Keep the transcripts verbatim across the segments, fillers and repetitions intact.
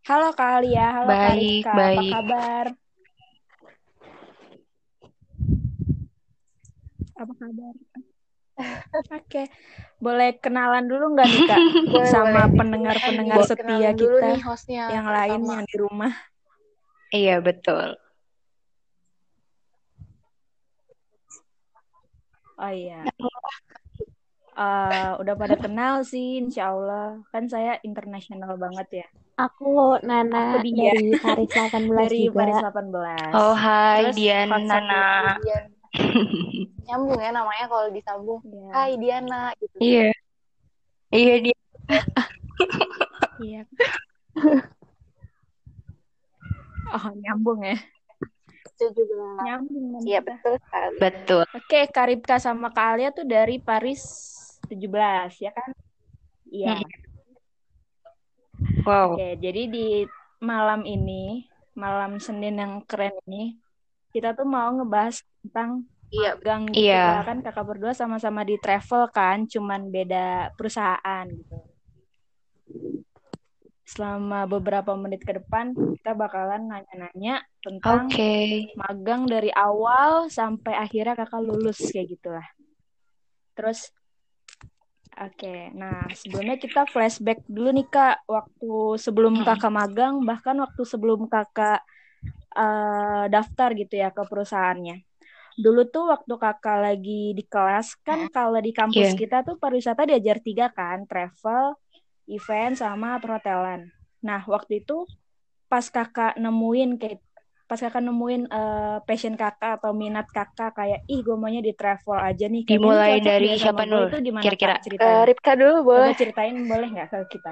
Halo Kak Alia, halo Kak Baik, Rifka, apa baik. kabar? Apa kabar? Oke, boleh kenalan dulu nggak nih Kak Boleh, sama boleh. Dikenalin, pendengar-pendengar Bo- setia dikenalin dulu kita nih hostnya yang lain pertama. yang di rumah? iya, betul. Oh iya, Eh, udah pada kenal sih, Insya Allah. Kan saya internasional banget ya. Aku Nana Aku dia dari Paris delapan belas dari juga. Paris delapan belas. Oh, hai Terus Dian, hot Nana. satu, Dian. Nyambung ya namanya kalau disambung. ya, Hai Diana gitu. Iya, iya dia. iya. Oh, nyambung ya. Itu juga. Nyambung nama Iya kita. betul sekali. Betul. Oke, Kak Rifka sama Kak Alia tuh dari Paris tujuh belas, ya kan? Iya. Mm-mm. Wow. Oke, jadi di malam ini, malam Senin yang keren ini, kita tuh mau ngebahas tentang Iya. magang gitu lah Iya. kan kakak berdua sama-sama di travel kan, cuman beda perusahaan gitu. Selama beberapa menit ke depan kita bakalan nanya-nanya tentang Oke. magang dari awal sampai akhirnya kakak lulus kayak gitulah. Terus Oke, nah sebelumnya kita flashback dulu nih Kak, waktu sebelum Mm-mm. kakak magang, bahkan waktu sebelum kakak eh, daftar gitu ya ke perusahaannya. Dulu tuh waktu kakak lagi di kelas, kan kalau di kampus Iya. kita tuh pariwisata diajar tiga kan, travel, event, sama perhotelan. Nah waktu itu pas kakak nemuin kayak pas kakak nemuin eh, passion kakak atau minat kakak kayak ih gue maunya di travel aja nih kayaknya ini Dimulai cocok dari deh sama siapa gue, Nur? itu gimana kak Kira-kira. Eh, ceritanya? Ripka dulu Coba boleh. ceritain boleh nggak ke kita?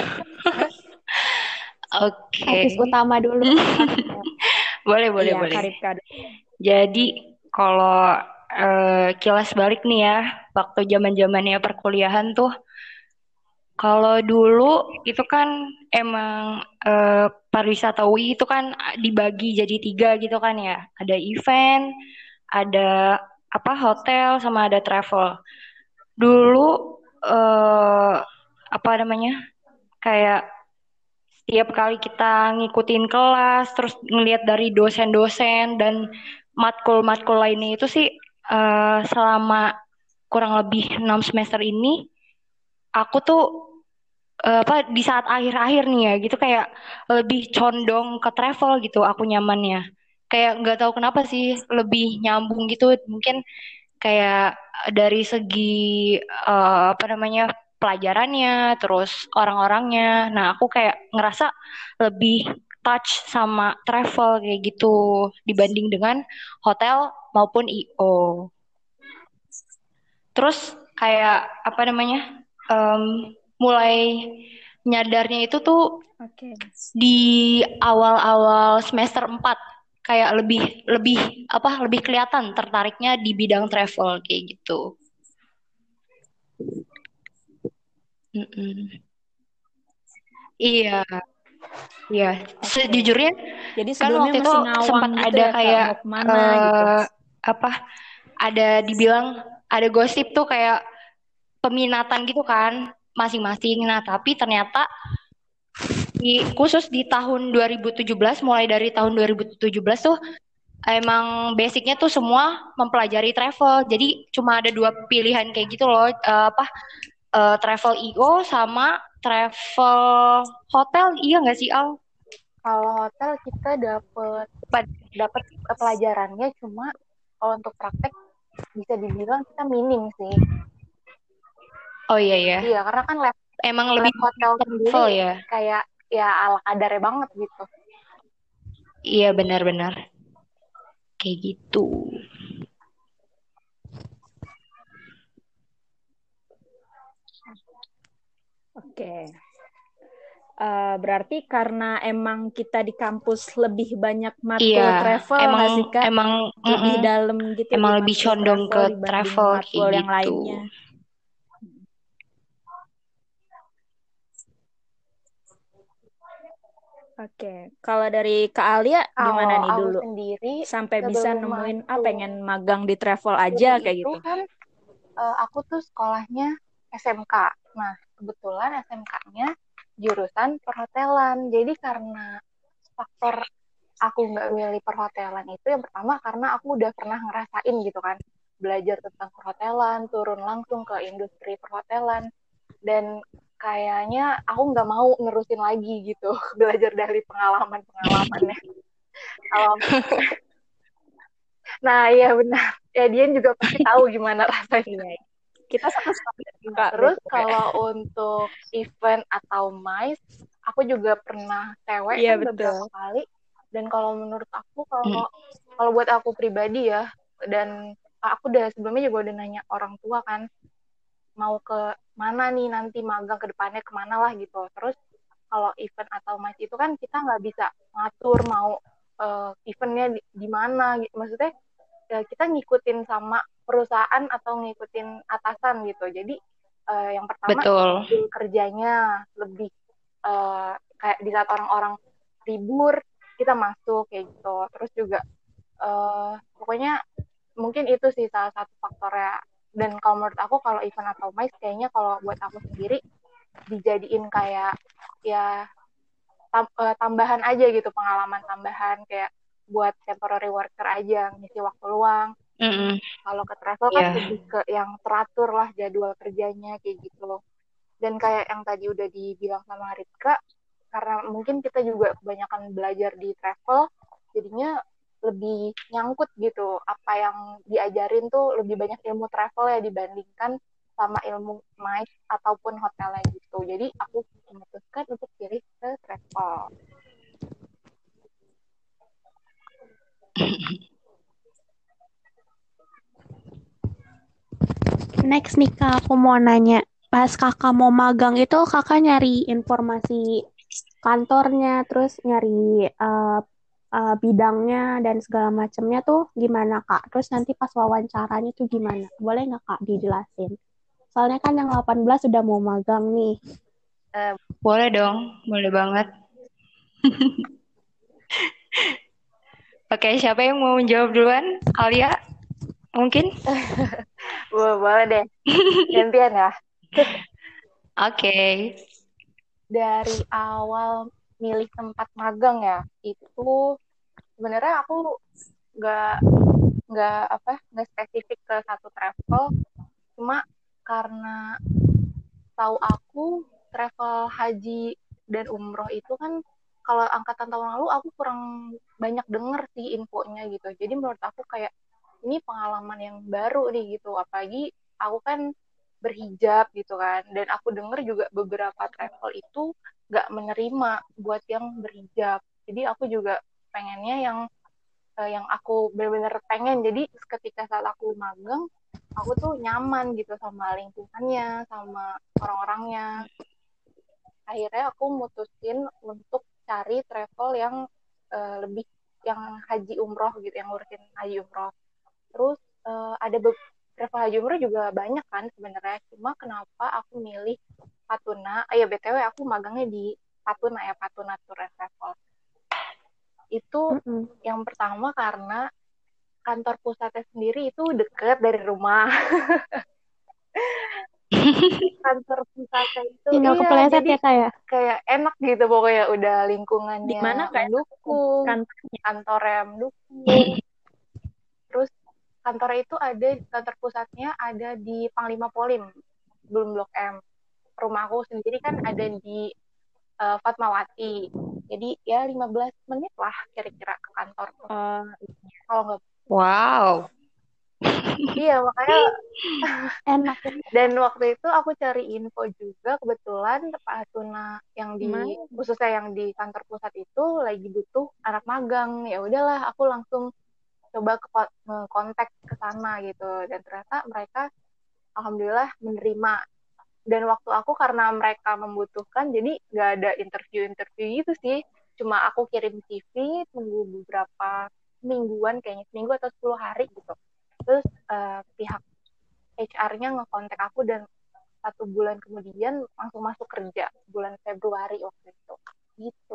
Artis Oke. utama dulu. Boleh, boleh, Iya, boleh. Karib Kak. Jadi, kalau eh, kilas balik nih ya, waktu zaman-zamannya perkuliahan tuh, kalau dulu itu kan emang eh, pariwisata U I itu kan dibagi jadi tiga gitu kan ya. Ada event, ada apa hotel, sama ada travel. Dulu eh, apa namanya? Kayak setiap kali kita ngikutin kelas, terus ngelihat dari dosen-dosen dan matkul-matkul lainnya itu sih eh, selama kurang lebih enam semester ini, aku tuh eh, apa di saat akhir-akhir nih ya gitu kayak lebih condong ke travel gitu aku nyamannya. Kayak nggak tahu kenapa sih lebih nyambung gitu. Mungkin kayak dari segi eh, apa namanya pelajarannya, terus orang-orangnya. Nah, aku kayak ngerasa lebih touch sama travel kayak gitu dibanding dengan hotel maupun I O. Terus kayak apa namanya em, mulai nyadarnya itu tuh Oke. di awal-awal semester empat kayak lebih lebih apa lebih kelihatan tertariknya di bidang travel kayak gitu. Mm-mm. Iya, iya. Oke. Sejujurnya Jadi kan sebelumnya waktu itu masih ngawang sempat gitu ada ya Kak, kayak mau kemana gitu. eh apa ada dibilang ada gosip tuh kayak peminatan gitu kan masing-masing. Nah, tapi ternyata di khusus di tahun dua ribu tujuh belas mulai dari tahun dua ribu tujuh belas tuh emang basicnya tuh semua mempelajari travel. Jadi cuma ada dua pilihan kayak gitu loh, eh, apa eh, travel I O sama travel hotel. Iya nggak sih Al? Kalau hotel kita dapet Apa- dapet pelajarannya cuma kalau untuk praktek bisa dibilang kita minim sih. Oh iya ya, Iya, karena kan lab, emang lebih lab hotel sendiri travel ya. kayak ya ala kadarnya banget gitu. Iya benar-benar kayak gitu. Oke. Eh, berarti karena emang kita di kampus lebih banyak Iya, matkul travel emang nggak sih Kak? emang Lebih mm-mm, dalam gitu emang di lebih matkul condong travel ke dibanding travel kayak matkul yang gitu. lainnya. Oke, kalau dari Kak Alia gimana Kalau nih aku dulu? sendiri Sampai bisa sebelum nemuin, ah masuk pengen magang di travel aja kuliah kayak itu gitu. kan eh, aku tuh sekolahnya S M K. Nah, kebetulan S M K-nya jurusan perhotelan. Jadi karena faktor aku nggak milih perhotelan itu yang pertama karena aku udah pernah ngerasain gitu kan, belajar tentang perhotelan, turun langsung ke industri perhotelan, dan kayaknya aku nggak mau nerusin lagi gitu belajar dari pengalaman-pengalamannya. Kalau nah iya benar, ya Dian juga pasti tahu gimana rasanya. Iya. Kita sama-sama Nah, Kak, terus B T W. kalau untuk event atau MICE, aku juga pernah cewek Iya, kan beberapa betul. kali. Dan kalau menurut aku, Hmm. kalau kalau buat aku pribadi ya, dan aku udah sebelumnya juga udah nanya orang tua kan, mau ke mana nih nanti magang ke depannya kemana lah gitu. Terus kalau event atau MICE itu kan kita nggak bisa ngatur mau uh, eventnya di, di mana gitu. Maksudnya ya kita ngikutin sama perusahaan atau ngikutin atasan gitu. Jadi uh, yang pertama Betul. jadwal kerjanya lebih uh, kayak di saat orang-orang libur kita masuk kayak gitu. Terus juga uh, pokoknya mungkin itu sih salah satu faktornya. Dan kalau menurut aku kalau event atau MICE kayaknya kalau buat aku sendiri dijadiin kayak ya tam- uh, tambahan aja gitu, pengalaman tambahan kayak buat temporary worker aja ngisi waktu luang. Mm-mm. Kalau ke travel kan Iya. lebih ke yang teratur lah jadwal kerjanya kayak gitu loh. Dan kayak yang tadi udah dibilang sama Ripka, karena mungkin kita juga kebanyakan belajar di travel, jadinya lebih nyangkut gitu. Apa yang diajarin tuh lebih banyak ilmu travel ya dibandingkan sama ilmu MICE ataupun hotelnya gitu. Jadi aku memutuskan untuk pilih ke travel. Next nih Kak, aku mau nanya. Pas Kakak mau magang itu Kakak nyari informasi kantornya, terus nyari uh, uh, bidangnya dan segala macamnya tuh gimana Kak? Terus nanti pas wawancaranya tuh gimana? Boleh nggak Kak dijelasin? Soalnya kan yang delapan belas sudah mau magang nih. Uh, Boleh dong, boleh banget. Oke, siapa yang mau menjawab duluan? Alia, mungkin? boleh deh, gantian ya. Oke. Okay. Dari awal milih tempat magang ya, itu sebenarnya aku nggak nggak apa nggak spesifik ke satu travel, cuma karena tahu aku travel haji dan umroh itu kan kalau angkatan tahun lalu aku kurang banyak denger sih infonya gitu. Jadi menurut aku kayak ini pengalaman yang baru nih gitu, apalagi aku kan berhijab gitu kan, dan aku denger juga beberapa travel itu nggak menerima buat yang berhijab. Jadi aku juga pengennya yang uh, yang aku benar-benar pengen. Jadi ketika saat aku magang, aku tuh nyaman gitu sama lingkungannya, sama orang-orangnya. Akhirnya aku mutusin untuk cari travel yang uh, lebih yang haji umroh gitu, yang ngurusin haji umroh. Terus uh, ada be- travel haji umroh juga banyak kan sebenarnya. Cuma kenapa aku milih Patuna? Ah, ya B T W aku magangnya di Patuna ya, Patuna Tour and Travel. Itu Mm-mm. yang pertama karena kantor pusatnya sendiri itu deket dari rumah. Kantor pusatnya itu Tinggal iya, kepleset jadi ya Kak ya? kayak enak gitu pokoknya, udah Di lingkungannya mana Kak mendukung, kantornya? kantornya mendukung. Terus kantornya itu ada, kantor pusatnya ada di Panglima Polim, belum Blok M. Rumah aku sendiri kan ada di uh, Fatmawati. Jadi ya lima belas menit lah kira-kira ke kantor. Oh, Kalau nggak, Wow. iya makanya. Enak. Dan waktu itu aku cari info juga, kebetulan Pak Hatuna yang di Emang? khususnya yang di kantor pusat itu lagi butuh anak magang. Ya udahlah, aku langsung coba ke kontak ke sana gitu, dan ternyata mereka alhamdulillah menerima. Dan waktu aku karena mereka membutuhkan, jadi nggak ada interview-interview gitu sih. Cuma aku kirim C V, tunggu beberapa mingguan, kayaknya seminggu atau sepuluh hari gitu. Terus uh, pihak H R-nya ngekontak aku, dan satu bulan kemudian langsung masuk kerja bulan Februari waktu itu gitu.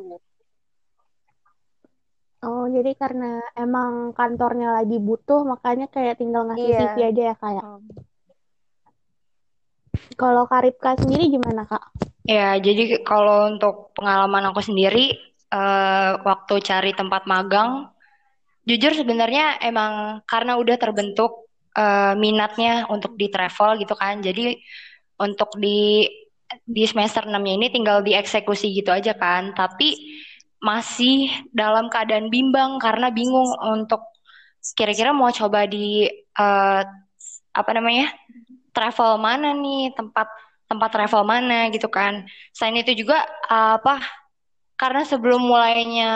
Oh, jadi karena emang kantornya lagi butuh, makanya kayak tinggal ngasih C V Iya. aja ya Kak ya? Oh. Kalau Karipka sendiri gimana Kak? Ya, jadi kalau untuk pengalaman aku sendiri, eh, waktu cari tempat magang, jujur sebenarnya emang karena udah terbentuk eh, minatnya untuk di travel gitu kan. Jadi untuk di di semester enamnya ini tinggal dieksekusi gitu aja kan. Tapi masih dalam keadaan bimbang karena bingung untuk kira-kira mau coba di eh, apa namanya? Travel mana nih, tempat tempat travel mana gitu kan. Selain itu juga apa karena sebelum mulainya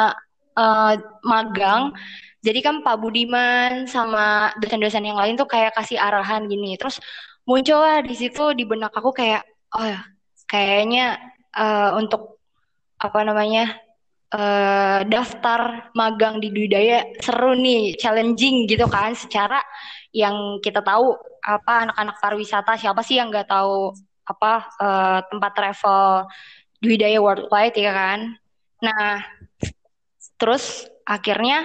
eh, magang, jadi kan Pak Budiman sama dosen-dosen yang lain tuh kayak kasih arahan gini. Terus muncul lah di situ di benak aku kayak, oh ya, kayaknya eh, untuk apa namanya eh, daftar magang di Dwi Daya seru nih, challenging gitu kan. Secara yang kita tahu apa anak-anak pariwisata siapa sih yang nggak tahu apa eh, tempat travel Dwi Daya Worldwide ya kan. Nah, terus akhirnya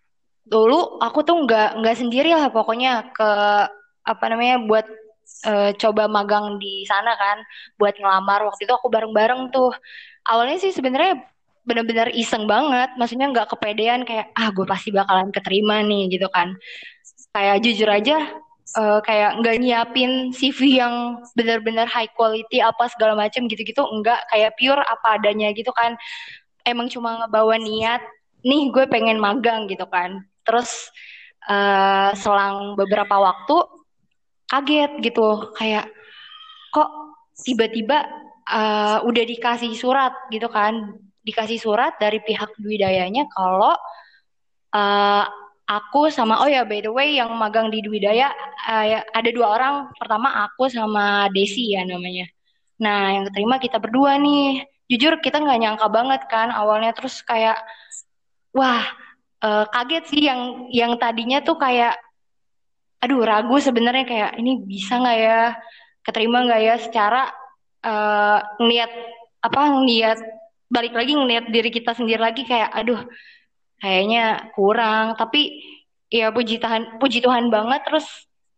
dulu aku tuh nggak nggak sendiri lah pokoknya ke apa namanya buat eh, coba magang di sana kan buat ngelamar waktu itu aku bareng-bareng tuh awalnya sih sebenarnya bener-bener iseng banget maksudnya nggak kepedean kayak ah gue pasti bakalan keterima nih gitu kan kayak jujur aja eh, kayak nggak nyiapin C V yang bener-bener high quality apa segala macem gitu-gitu enggak kayak pure apa adanya gitu kan emang cuma ngebawa niat nih gue pengen magang gitu kan terus eh, selang beberapa waktu kaget gitu kayak kok tiba-tiba eh, udah dikasih surat gitu kan dikasih surat dari pihak Dwi Dayanya kalau eh, aku sama oh ya by the way yang magang di Dwi Daya eh, ya, ada dua orang pertama aku sama Desi ya namanya nah yang keterima kita berdua nih jujur kita nggak nyangka banget kan awalnya terus kayak wah eh, kaget sih yang yang tadinya tuh kayak aduh ragu sebenarnya kayak ini bisa nggak ya keterima nggak ya secara eh, ngeliat apa ngeliat balik lagi ngeliat diri kita sendiri lagi kayak aduh kayaknya kurang tapi ya puji Tuhan puji Tuhan banget terus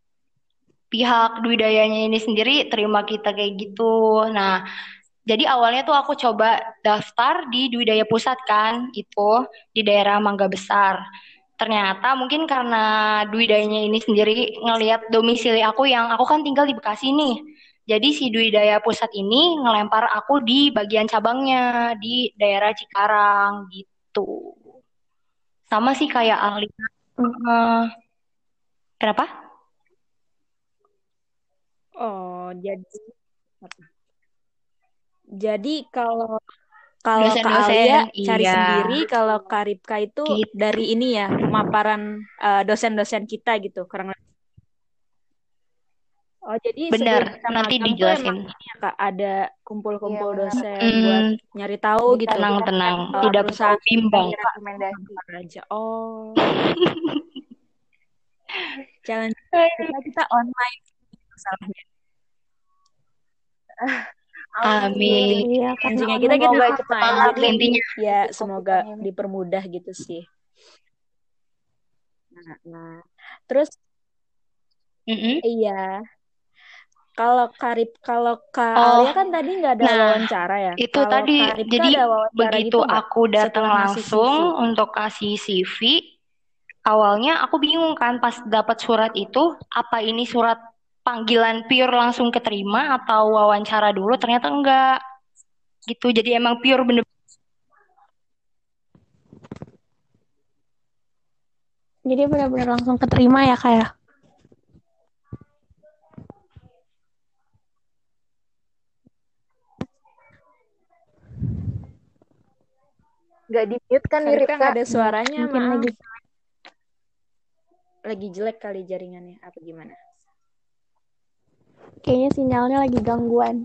pihak Dwi Dayanya ini sendiri terima kita kayak gitu nah jadi awalnya tuh aku coba daftar di Dwi Daya Pusat kan itu di daerah Mangga Besar ternyata mungkin karena Dwi Dayanya ini sendiri ngelihat domisili aku yang aku kan tinggal di Bekasi nih. Jadi si Dwi Daya Pusat ini ngelempar aku di bagian cabangnya di daerah Cikarang gitu. Sama sih kayak Ali. Eh, kenapa? Oh, jadi jadi kalau kalau Kak Alia Dosen-dosen, cari iya. sendiri, kalau Kak Ripka itu Gitu. dari ini ya, pemaparan eh, dosen-dosen kita gitu, kurang lebih. Oh, jadi Bener, sebelum kita nanti magang tuh emang dijelasin. ini ya Kak, ada Iya kumpul-kumpul benar. dosen buat Hmm, nyari tahu gitu. Dikasih tenang-tenang, Eh, tidak perlu perusahaan bimbang. kasih rekomendasi. apa aja. Oh, jangan kita kita online masalahnya. Amin. Amin. Iya, karena Challenging-nya kita online. kita Semoga cepet online, kelar jadi deh Intinya, ya untuk semoga COVID ini. dipermudah gitu sih. Nah, nah. Terus mm-mm. iya, kalau Karib kalau Kak Oh, Alia kan tadi nggak ada nah, wawancara ya. itu Kalau tadi, Karibka jadi ada wawancara begitu gitu nggak aku datang setelah ngasih C V? langsung untuk kasih C V, awalnya aku bingung kan pas dapat surat itu, apa ini surat panggilan pure langsung keterima atau wawancara dulu? Ternyata enggak gitu. Jadi emang pure bener. Jadi benar-benar langsung keterima ya Kak ya? Nggak di-mute kan nih Karibka Ripka? nggak ada suaranya, Mungkin maaf. lagi. Lagi jelek kali jaringannya, apa gimana? Kayaknya sinyalnya lagi gangguan.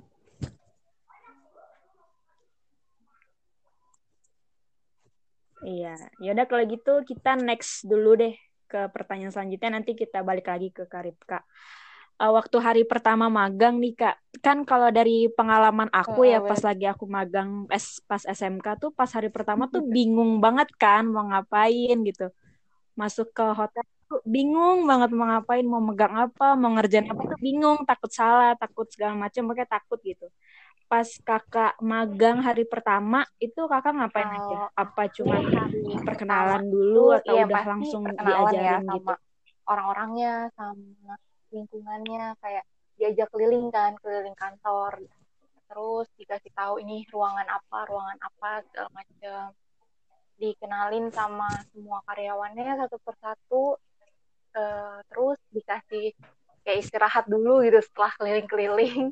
Iya, yaudah kalau gitu kita next dulu deh ke pertanyaan selanjutnya. Nanti kita balik lagi ke Karibka. Uh, waktu hari pertama magang nih Kak, kan kalau dari pengalaman aku ya Heeh, pas lagi aku magang es- pas S M K tuh pas hari pertama tuh bingung banget kan mau ngapain gitu. Masuk ke hotel tuh bingung banget mau ngapain, mau megang apa, mau ngerjain apa tuh bingung, takut salah, takut segala macam, makanya takut gitu. pas kakak magang hari pertama itu kakak ngapain aja? Kalau Apa aku cuman hari pertama perkenalan itu dulu atau ya udah pasti langsung perkenalan ya diajarin sama gitu? orang-orangnya, sama lingkungannya, kayak diajak keliling kan, keliling kantor. Terus dikasih tahu ini ruangan apa, ruangan apa, segala macam. Dikenalin sama semua karyawannya satu persatu, eh, terus dikasih kayak istirahat dulu gitu setelah keliling-keliling.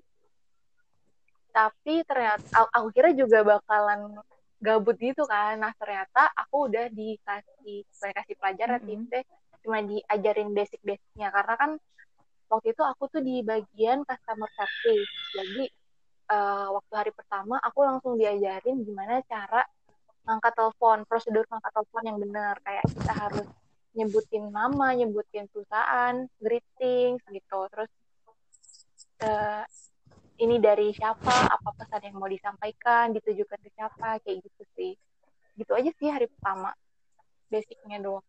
Tapi ternyata aku, aku kira juga bakalan gabut gitu kan. Nah ternyata aku udah dikasih dikasih pelajaran Mm-mm. tips cuma diajarin basic-basicnya karena kan waktu itu aku tuh di bagian customer service. Jadi uh, waktu hari pertama aku langsung diajarin gimana cara ngangkat telepon, prosedur ngangkat telepon yang benar. Kayak kita harus nyebutin nama, nyebutin perusahaan, greetings gitu. Terus uh, ini dari siapa, apa pesan yang mau disampaikan, ditujukan ke siapa, kayak gitu sih. Gitu aja sih hari pertama, basicnya doang.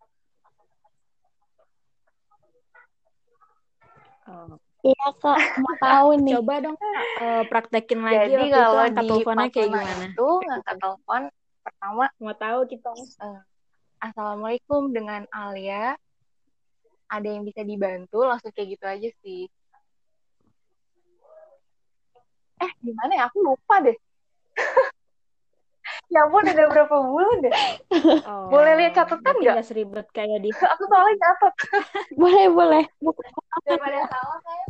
Oh. Iya kak, mau tahu nih. Coba dong kak uh, praktekin lagi Jadi waktu itu kalau angkat di teleponnya kayak Patuna gimana? itu ngangkat telepon pertama, Mau tahu kita? uh, Assalamualaikum dengan Alia, ada yang bisa dibantu, langsung kayak gitu aja sih. Eh, gimana ya? Aku lupa deh. Ya ampun, udah berapa bulan deh. Oh, boleh lihat catatan berarti nggak? nggak seribet kayak di Aku soalnya catat. Boleh, boleh. Bukan Daripada salah saya.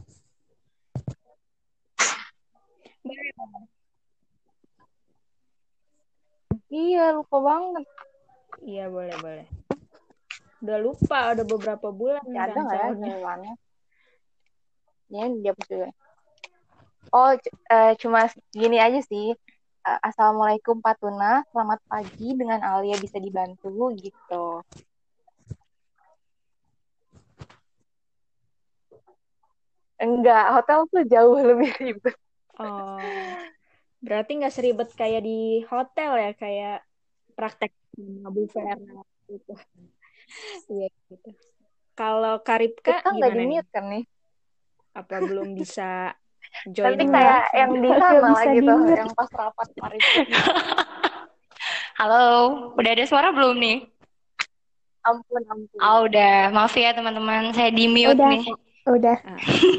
Iya, lupa banget. Iya boleh boleh. Udah lupa, udah beberapa bulan Ya ada kan nggak ya soalnya. catatannya? Ya, dia juga. Oh, c- eh, cuma gini aja sih. Eh, Assalamualaikum Patuna, selamat pagi dengan Alia bisa dibantu gitu. Enggak, hotel tuh jauh lebih ribet. Oh, berarti nggak seribet kayak di hotel ya, kayak praktek Bu Vera gitu. Iya gitu. Kalau Karipka Kita nggak gimana di nih? mute kan nih? Apa belum bisa join Nanti live kayak nih? yang di Nggak sana bisa lagi tuh, di-mute. yang pas rapat Paris. Halo, udah ada suara belum nih? Ampun, ampun. Oh, udah. Maaf ya teman-teman, saya di mute Udah, nih. kok. Udah. Ah,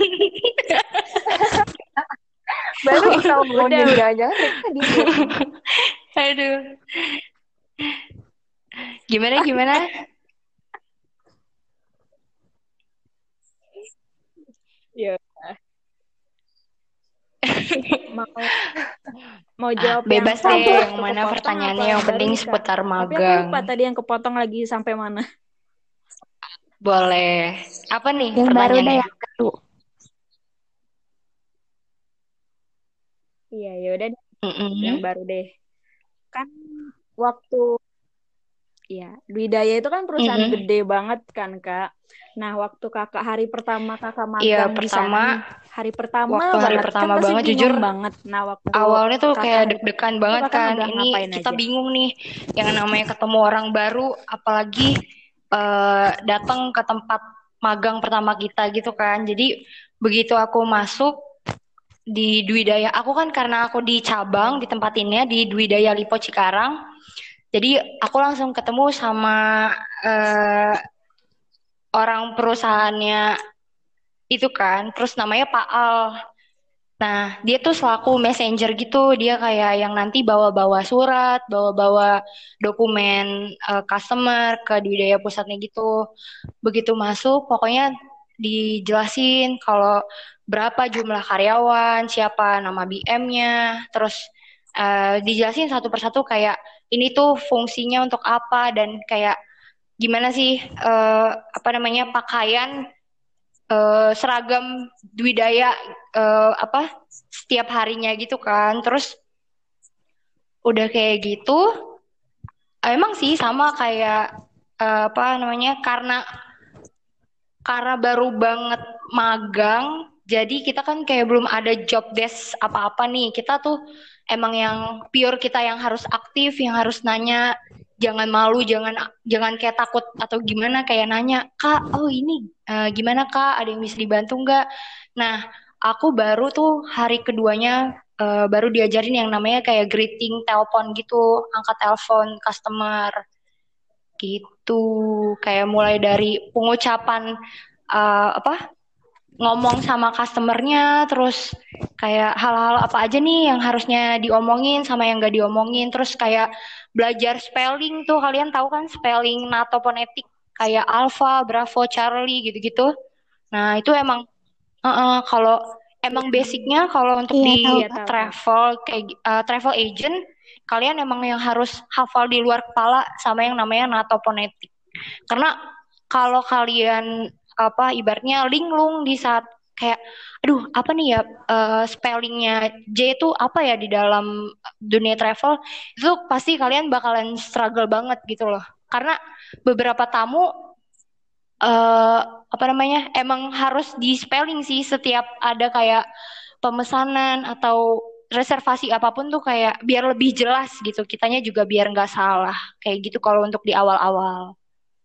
Baru kita Udah, ngomongin udah. jangan-jangan kita di mute. Aduh. Gimana, gimana? Iya. Mau mau Ah, jawab yang bebas deh, sampai yang waktu mana kepotong pertanyaannya, apa yang baru penting nih Kak? seputar Tapi aku magang. lupa tadi yang kepotong lagi sampai mana. Boleh. Apa nih Yang baru deh, pertanyaannya? yang kedua. Iya, ya udah deh, Mm-mm. yang baru deh. Kan waktu ya, Dwi Daya itu kan perusahaan Mm-mm. gede banget kan, Kak. Nah, waktu Kakak hari pertama Kakak Iya, magang di sana pertama, nih, hari pertama waktu hari banget, kan pertama pasti banget, bingung jujur, banget. Nah, waktu awalnya tuh Kakak kayak hari deg-degan pertama itu banget Kakak kan. udah Ini ngapain kita aja? bingung nih, yang namanya ketemu orang baru, apalagi eh, datang ke tempat magang pertama kita gitu kan. Jadi begitu aku masuk di Dwi Daya, aku kan karena aku di cabang di tempat ini di Dwi Daya Lipo Cikarang. Jadi aku langsung ketemu sama eh, orang perusahaannya itu kan, terus namanya Pak Al. Nah, dia tuh selaku messenger gitu, dia kayak yang nanti bawa-bawa surat, bawa-bawa dokumen eh, customer ke Dwi Daya pusatnya gitu. Begitu masuk, pokoknya dijelasin kalau berapa jumlah karyawan, siapa nama B M-nya, terus eh, dijelasin satu persatu kayak ini tuh fungsinya untuk apa dan kayak gimana sih eh, apa namanya pakaian eh, seragam Dwi Daya eh, apa setiap harinya gitu kan. Terus udah kayak gitu, emang sih sama kayak eh, apa namanya karena karena baru banget magang, jadi kita kan kayak belum ada job desk apa-apa nih. Kita tuh emang yang pure kita yang harus aktif, yang harus nanya, jangan malu, jangan jangan kayak takut atau gimana kayak nanya, "Kak, oh ini eh, gimana Kak? Ada yang bisa dibantu nggak?" Nah, aku baru tuh hari keduanya eh, baru diajarin yang namanya kayak greeting telepon gitu, angkat telepon customer gitu. Kayak mulai dari pengucapan eh, apa ngomong sama customernya, terus kayak hal-hal apa aja nih yang harusnya diomongin sama yang gak diomongin, terus kayak belajar spelling tuh, kalian tahu kan spelling nato fonetik kayak Alpha, Bravo, Charlie gitu-gitu. Nah itu emang uh, uh, kalau emang basicnya kalau untuk Iya, tahu, di Iya, Kak. tahu, tahu. travel kayak uh, travel agent, kalian emang yang harus hafal di luar kepala sama yang namanya nato fonetik. Karena kalau kalian apa ibaratnya linglung di saat kayak aduh apa nih ya eh, spellingnya J itu apa ya di dalam dunia travel, itu pasti kalian bakalan struggle banget gitu loh. Karena beberapa tamu eh apa namanya emang harus di spelling sih setiap ada kayak pemesanan atau reservasi apapun tuh kayak biar lebih jelas gitu. Kitanya juga biar nggak salah kayak gitu kalau untuk di awal-awal.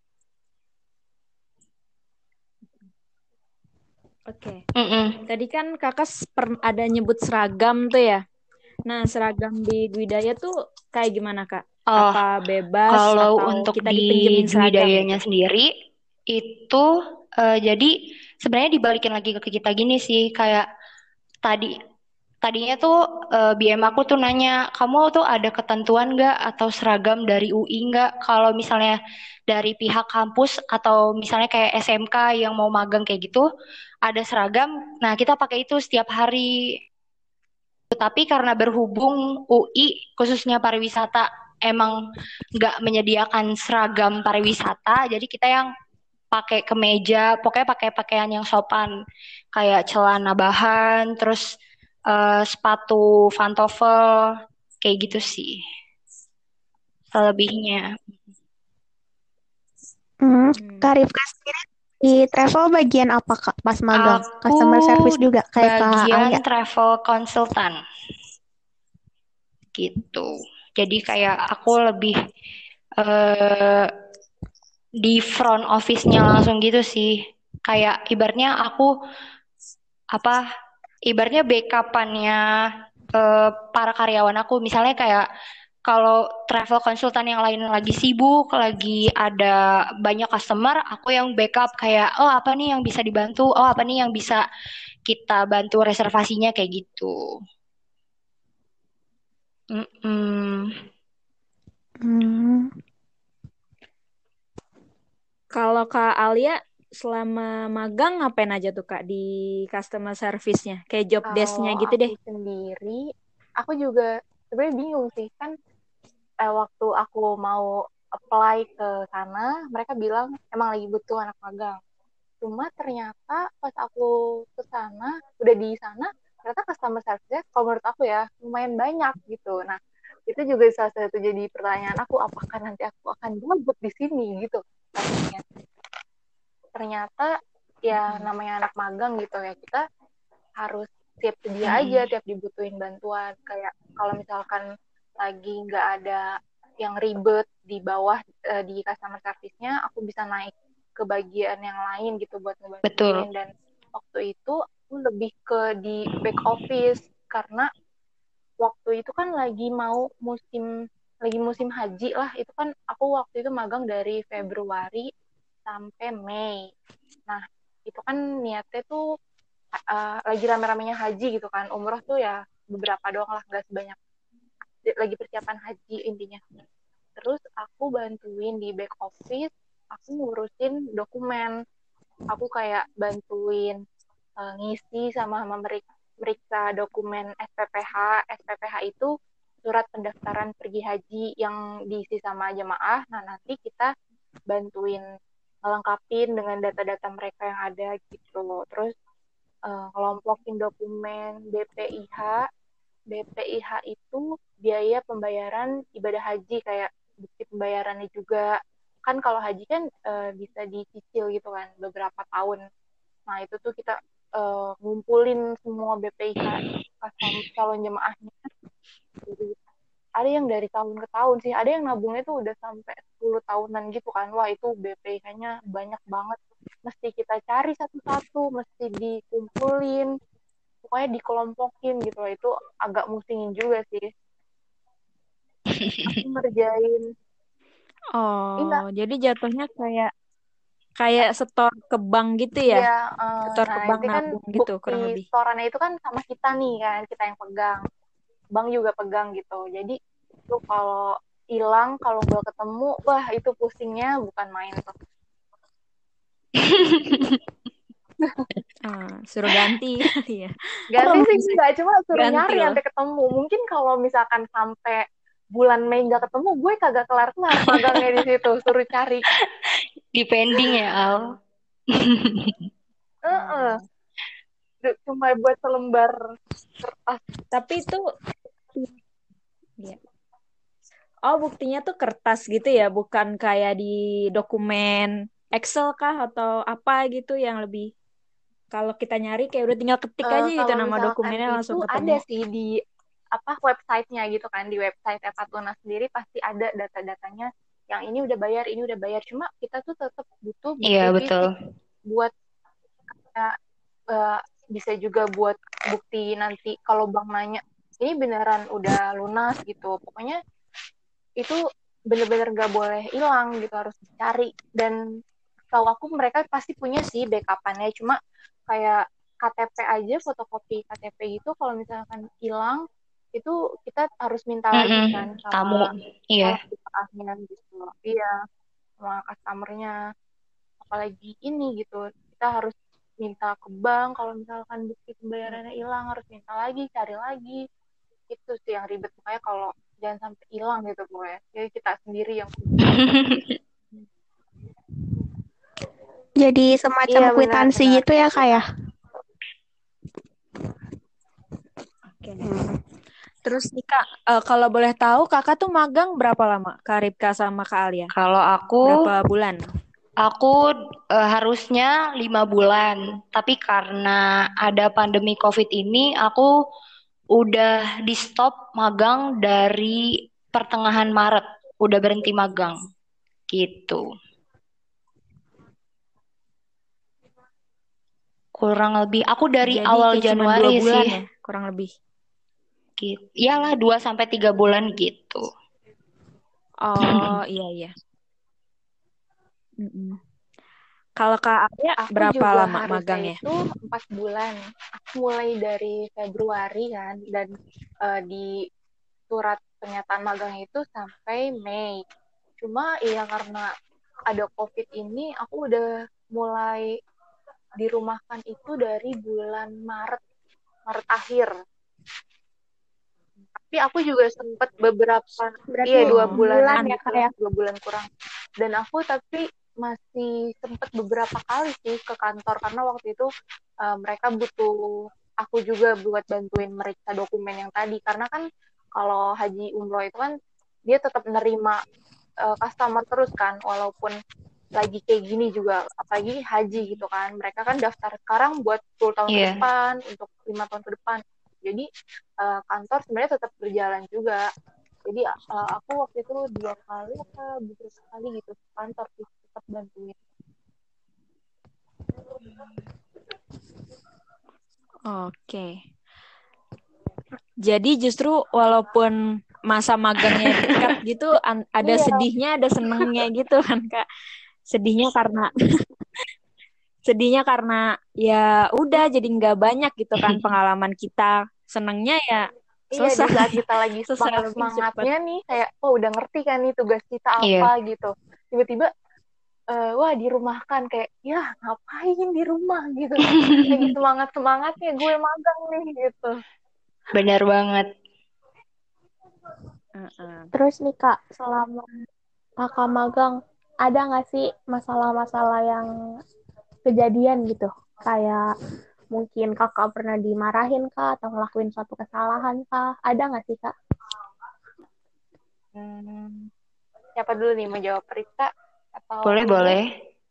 Oke. Mm-mm. Tadi kan kakak s- per- ada nyebut seragam tuh ya. Nah, seragam di Dwi Daya tuh kayak gimana, Kak? Oh, Apa bebas kalau atau untuk kita di dipinjemin Dwi seragam gitu? Dayanya sendiri itu eh, jadi sebenarnya dibalikin lagi ke kita gini sih kayak tadi tadinya tuh eh, B M aku tuh nanya kamu tuh ada ketentuan nggak atau seragam dari U I nggak kalau misalnya dari pihak kampus atau misalnya kayak S M K yang mau magang kayak gitu ada seragam. Nah kita pakai itu setiap hari. Tapi karena berhubung U I khususnya pariwisata emang nggak menyediakan seragam pariwisata, jadi kita yang pakai kemeja, pokoknya pakai pakaian yang sopan, kayak celana bahan, terus eh, sepatu pantofel, kayak gitu sih. Selebihnya. Hmm, Hmm. Kak Rifka sendiri di travel bagian apa, Kak, pas magang? Aku Customer service juga, kayak Kak bagian Alia? travel consultant gitu. Jadi kayak aku lebih eh, di front office-nya langsung gitu sih. Kayak ibaratnya aku apa ibaratnya backup-annya eh, para karyawan aku. Misalnya kayak kalau travel konsultan yang lain lagi sibuk, lagi ada banyak customer, aku yang backup kayak oh apa nih yang bisa dibantu, oh apa nih yang bisa kita bantu reservasinya kayak gitu. Mm-mm. Hmm, Kalau Kak Alia selama magang ngapain aja tuh Kak di customer service-nya? Kayak job desk-nya Kalau gitu deh. aku sendiri, aku juga sebenarnya bingung sih kan, eh, waktu aku mau apply ke sana, mereka bilang emang lagi butuh anak magang. Cuma ternyata pas aku ke sana, udah di sana, ternyata customer service kalau menurut aku ya lumayan banyak gitu. Nah, itu juga salah satu jadi pertanyaan aku, apakah nanti aku akan gabut di sini gitu. Takutnya. Ternyata ya Mm-mm. namanya anak magang gitu ya, kita harus siap sedia aja Mm-mm. tiap dibutuhin bantuan. Kayak kalau misalkan lagi nggak ada yang ribet di bawah, eh, di customer service-nya, aku bisa naik ke bagian yang lain gitu buat Betul. ngebantuin. Dan waktu itu aku lebih ke di back office karena waktu itu kan lagi mau musim lagi musim haji lah. Itu kan aku waktu itu magang dari Februari sampai Mei. Nah, itu kan niatnya tuh uh, lagi rame-ramenya haji gitu kan. Umroh tuh ya beberapa doang lah, nggak sebanyak. Lagi persiapan haji intinya. Terus aku bantuin di back office, aku ngurusin dokumen. Aku kayak bantuin uh, ngisi sama memeriksa dokumen S P P H. S P P H itu surat pendaftaran pergi haji yang diisi sama jemaah. Nah, nanti kita bantuin ngelengkapin dengan data-data mereka yang ada gitu. Terus uh, ngelompokin dokumen B P I H. B P I H itu biaya pembayaran ibadah haji, kayak bukti pembayarannya juga. Kan kalau haji kan uh, bisa dicicil gitu kan beberapa tahun. Nah, itu tuh kita uh, ngumpulin semua B P I H calon jemaahnya. Jadi ada yang dari tahun ke tahun sih, ada yang nabungnya tuh udah sampai sepuluh tahunan gitu kan. Wah, itu B P I H-nya banyak banget. Mesti kita cari satu-satu, mesti dikumpulin. pokoknya dikelompokin gitu loh. Itu agak musingin juga sih. Aku ngerjain iya Oh, jadi jatuhnya kayak kayak setor ke bank gitu ya? iya eh, Setor ke nah bank itu kan nabung gitu bukti kurang lebih. setorannya itu kan sama kita nih kan, kita yang pegang, bank juga pegang gitu. Jadi itu kalau hilang, kalau nggak ketemu, wah itu pusingnya bukan main tuh. Ah, suruh ganti kali ya. Ganti Oh, sih bisa nggak, cuma suruh ganti nyari loh. sampai ketemu. Mungkin kalau misalkan sampai bulan Mei nggak ketemu, gue kagak kelar-kelar magangnya di situ, suruh cari. Depending ya, Al. Heeh. Oh. Cuma buat selembar kertas. Tapi itu ya. Oh, buktinya tuh kertas gitu ya, bukan kayak di dokumen Excel kah atau apa gitu yang lebih kalau kita nyari kayak udah tinggal ketik Eh, aja gitu kalau nama misalkan dokumennya itu langsung ketemu. ada sih di apa websitenya gitu kan, di website Epatuna sendiri pasti ada data-datanya, yang ini udah bayar, ini udah bayar. Cuma kita tuh tetap butuh Iya, bukti betul. fisik buat eh, eh, bisa juga buat bukti nanti kalau bank nanya ini beneran udah lunas gitu. Pokoknya itu bener-bener gak boleh hilang gitu, harus dicari. Dan tahu aku mereka pasti punya sih backupannya, cuma kayak K T P aja, fotokopi K T P gitu kalau misalkan hilang itu kita harus minta lagi Mm-mm. kan Tamu, sama iya. orang ahlinya gitu. Iya, sama customernya. Apalagi ini gitu, kita harus minta ke bank kalau misalkan bukti pembayarannya hilang, harus minta lagi, cari lagi. Itu sih yang ribet, makanya kalau jangan sampai hilang gitu gue, jadi kita sendiri yang Jadi semacam iya kwitansi benar-benar gitu ya, Kak ya? Oke. Terus nih Kak, eh, kalau boleh tahu Kakak tuh magang berapa lama? Kak Ripka sama Kak Alia? Kalau aku, Berapa bulan? aku eh, harusnya lima bulan. Tapi karena ada pandemi COVID ini, aku udah di stop magang dari pertengahan Maret. Udah berhenti magang. Gitu. Kurang lebih. Aku dari Jadi awal kayak cuma dua Januari bulan sih. ya, kurang lebih. Gitu. Iyalah dua sampai tiga bulan gitu. Oh iya iya. Mm-mm. Kalau Kak Alia aku berapa juga lama harusnya magangnya? itu empat bulan. Aku mulai dari Februari kan, dan eh, di surat pernyataan magang itu sampai Mei. Cuma ya karena ada COVID ini, aku udah mulai dirumahkan itu dari bulan Maret, Maret akhir. Tapi aku juga sempet beberapa, Berarti iya dua Oh, bulanan bulan ya, gitu, Kak ya? dua bulan kurang. Dan aku tapi masih sempet beberapa kali sih ke kantor, karena waktu itu uh, mereka butuh aku juga buat bantuin mereka dokumen yang tadi. Karena kan kalau haji umroh itu kan dia tetap nerima uh, customer terus kan, walaupun lagi kayak gini juga, apalagi haji gitu kan. Mereka kan daftar sekarang buat sepuluh tahun ke Iya. depan, untuk lima tahun ke depan. Jadi uh, kantor sebenarnya tetap berjalan juga. Jadi uh, aku waktu itu dua kali apa beberapa kali gitu ke kantor sih, tetap bantuin. oke. Jadi justru walaupun masa magangnya di-cut gitu, an- ada Iya, sedihnya, ada senengnya gitu kan Kak. Sedihnya karena sedihnya karena ya udah jadi nggak banyak gitu kan pengalaman kita. Senengnya ya iya di selesai, saat kita lagi selesai semangat lebih cepat. semangatnya nih, kayak oh udah ngerti kan nih tugas kita Iya. apa gitu. Tiba-tiba uh, wah dirumahkan, kayak ya ngapain di rumah gitu. Lagi semangat semangatnya gue magang nih gitu. Benar banget. Uh-uh. Terus nih, Kak, selama Kakak magang, ada nggak sih masalah-masalah yang kejadian gitu? Kayak mungkin Kakak pernah dimarahin kah atau ngelakuin suatu kesalahan kah? Ada nggak sih, Kak? Hmm, siapa dulu nih mau jawab, Rita atau Boleh, aku? boleh.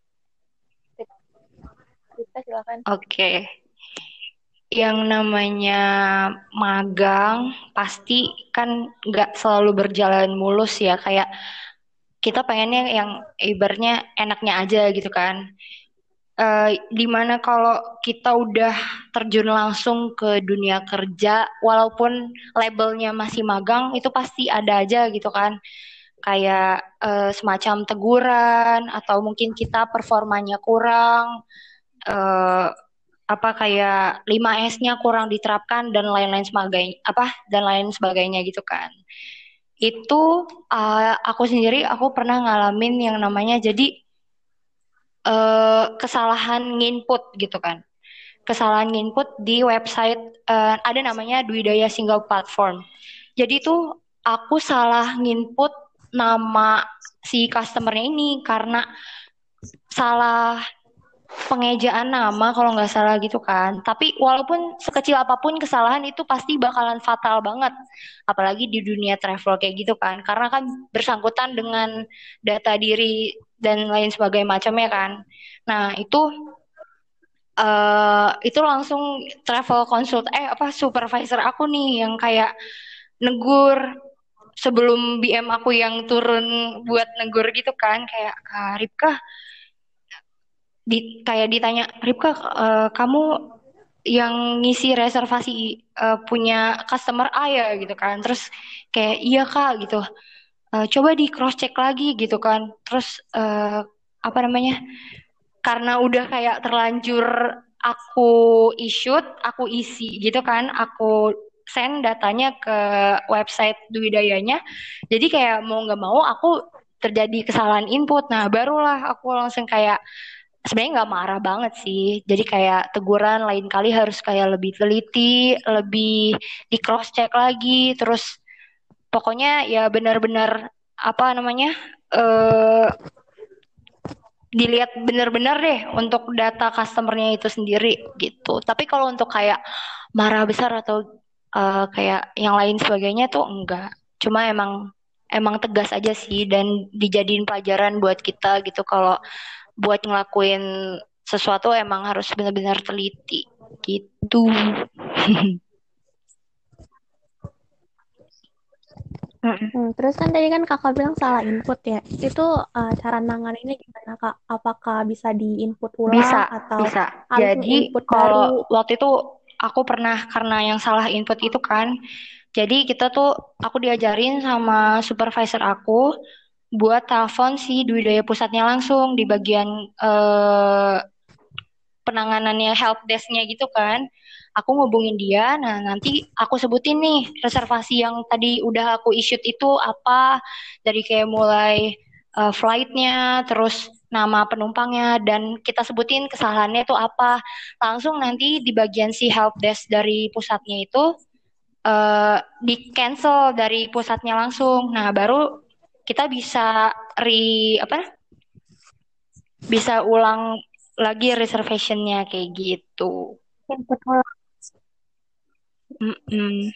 Rita silakan. Oke. Yang namanya magang pasti kan nggak selalu berjalan mulus ya. Kayak kita pengennya yang ibaratnya enaknya aja gitu kan. eh, dimana kalau kita udah terjun langsung ke dunia kerja, walaupun labelnya masih magang, itu pasti ada aja gitu kan, kayak eh, semacam teguran atau mungkin kita performanya kurang, eh, apa kayak lima S-nya kurang diterapkan dan lain-lain sebagainya, apa dan lain sebagainya gitu kan. Itu eh, aku sendiri aku pernah ngalamin yang namanya jadi eh, kesalahan nginput gitu kan. Kesalahan nginput di website eh, ada namanya Dwi Daya Single Platform. Jadi tuh aku salah nginput nama si customernya ini karena salah pengejaan nama kalau nggak salah gitu kan. Tapi walaupun sekecil apapun kesalahan itu pasti bakalan fatal banget. Apalagi di dunia travel kayak gitu kan. Karena kan bersangkutan dengan data diri dan lain sebagainya macamnya kan. Nah itu eh itu langsung travel consult eh apa supervisor aku nih yang kayak negur sebelum B M aku yang turun buat negur gitu kan kayak "Kak Ripka di kayak ditanya Ripka eh, kamu yang ngisi reservasi eh, punya customer A ya gitu kan terus kayak iya Kak gitu. Eh, coba di cross check lagi gitu kan terus eh, apa namanya karena udah kayak terlanjur aku issued, aku isi gitu kan, aku send datanya ke website Dwi Dayanya. Jadi kayak mau nggak mau aku terjadi kesalahan input. Nah, barulah aku langsung kayak sebenarnya nggak marah banget sih. Jadi kayak teguran lain kali harus kayak lebih teliti, lebih di cross check lagi, terus pokoknya ya benar-benar apa namanya eh dilihat benar-benar deh untuk data customernya itu sendiri gitu. Tapi kalau untuk kayak marah besar atau uh, kayak yang lain sebagainya tuh enggak. Cuma emang emang tegas aja sih dan dijadiin pelajaran buat kita gitu kalau buat ngelakuin sesuatu emang harus benar-benar teliti gitu. Hmm, terus kan tadi kan kakak bilang salah input ya. Itu uh, cara nanganinnya gimana kak? Apakah bisa di-input ulang Bisa, atau bisa. langsung Jadi input baru? kalau waktu itu aku pernah karena yang salah input itu kan, jadi kita tuh aku diajarin sama supervisor aku buat telepon si Dwi Daya Pusatnya langsung di bagian eh, penanganannya help desk-nya gitu kan. Aku ngubungin dia, nah nanti aku sebutin nih reservasi yang tadi udah aku issued itu apa, dari kayak mulai uh, flight-nya, terus nama penumpangnya, dan kita sebutin kesalahannya itu apa. Langsung nanti di bagian si help desk dari pusatnya itu uh, di cancel dari pusatnya langsung. Nah baru kita bisa re apa bisa ulang lagi reservationnya kayak gitu. Input ulang. Mm-mm.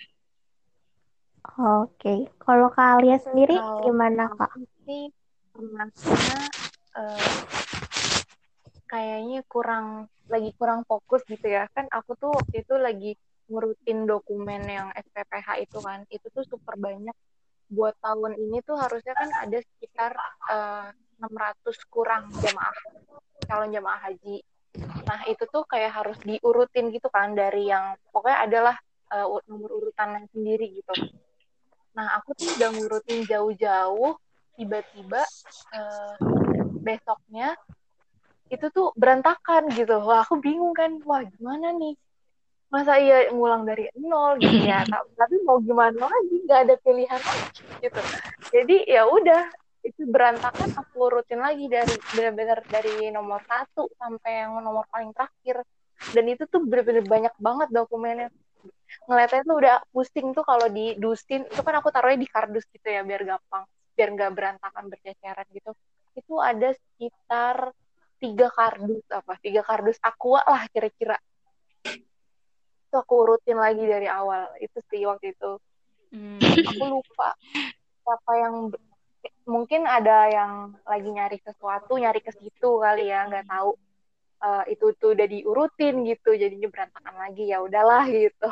Oke. Kalau kalian sendiri Kalau gimana kak? aku sih pernahnya eh, kayaknya kurang lagi kurang fokus gitu ya. Kan aku tuh waktu itu lagi ngurutin dokumen yang S P P H itu kan. Itu tuh super banyak. Buat tahun ini tuh harusnya kan ada sekitar eh, enam ratus kurang jamaah calon jamaah haji. Nah, itu tuh kayak harus diurutin gitu kan dari yang pokoknya adalah uh, nomor urutannya sendiri gitu. Nah, aku tuh udah ngurutin jauh-jauh, tiba-tiba uh, besoknya itu tuh berantakan gitu. Wah, aku bingung kan. Wah, gimana nih? Masa iya ngulang dari nol gitu ya? Tapi mau gimana lagi? Gak ada pilihan lagi gitu. Jadi ya udah, itu berantakan aku urutin lagi dari benar-benar dari nomor satu sampai yang nomor paling terakhir. Dan itu tuh benar-benar banyak banget dokumennya. Ngeliatnya tuh udah pusing tuh kalau didusin. Itu kan aku taruhnya di kardus gitu ya biar gampang, biar nggak berantakan berceceran gitu. Itu ada sekitar tiga kardus apa tiga kardus aqua lah kira-kira. Itu aku urutin lagi dari awal. Itu sih waktu itu. Hmm. Aku lupa siapa yang mungkin ada yang lagi nyari sesuatu, nyari ke situ kali ya, nggak tahu uh, itu tuh udah diurutin gitu, jadinya berantakan lagi ya udahlah gitu.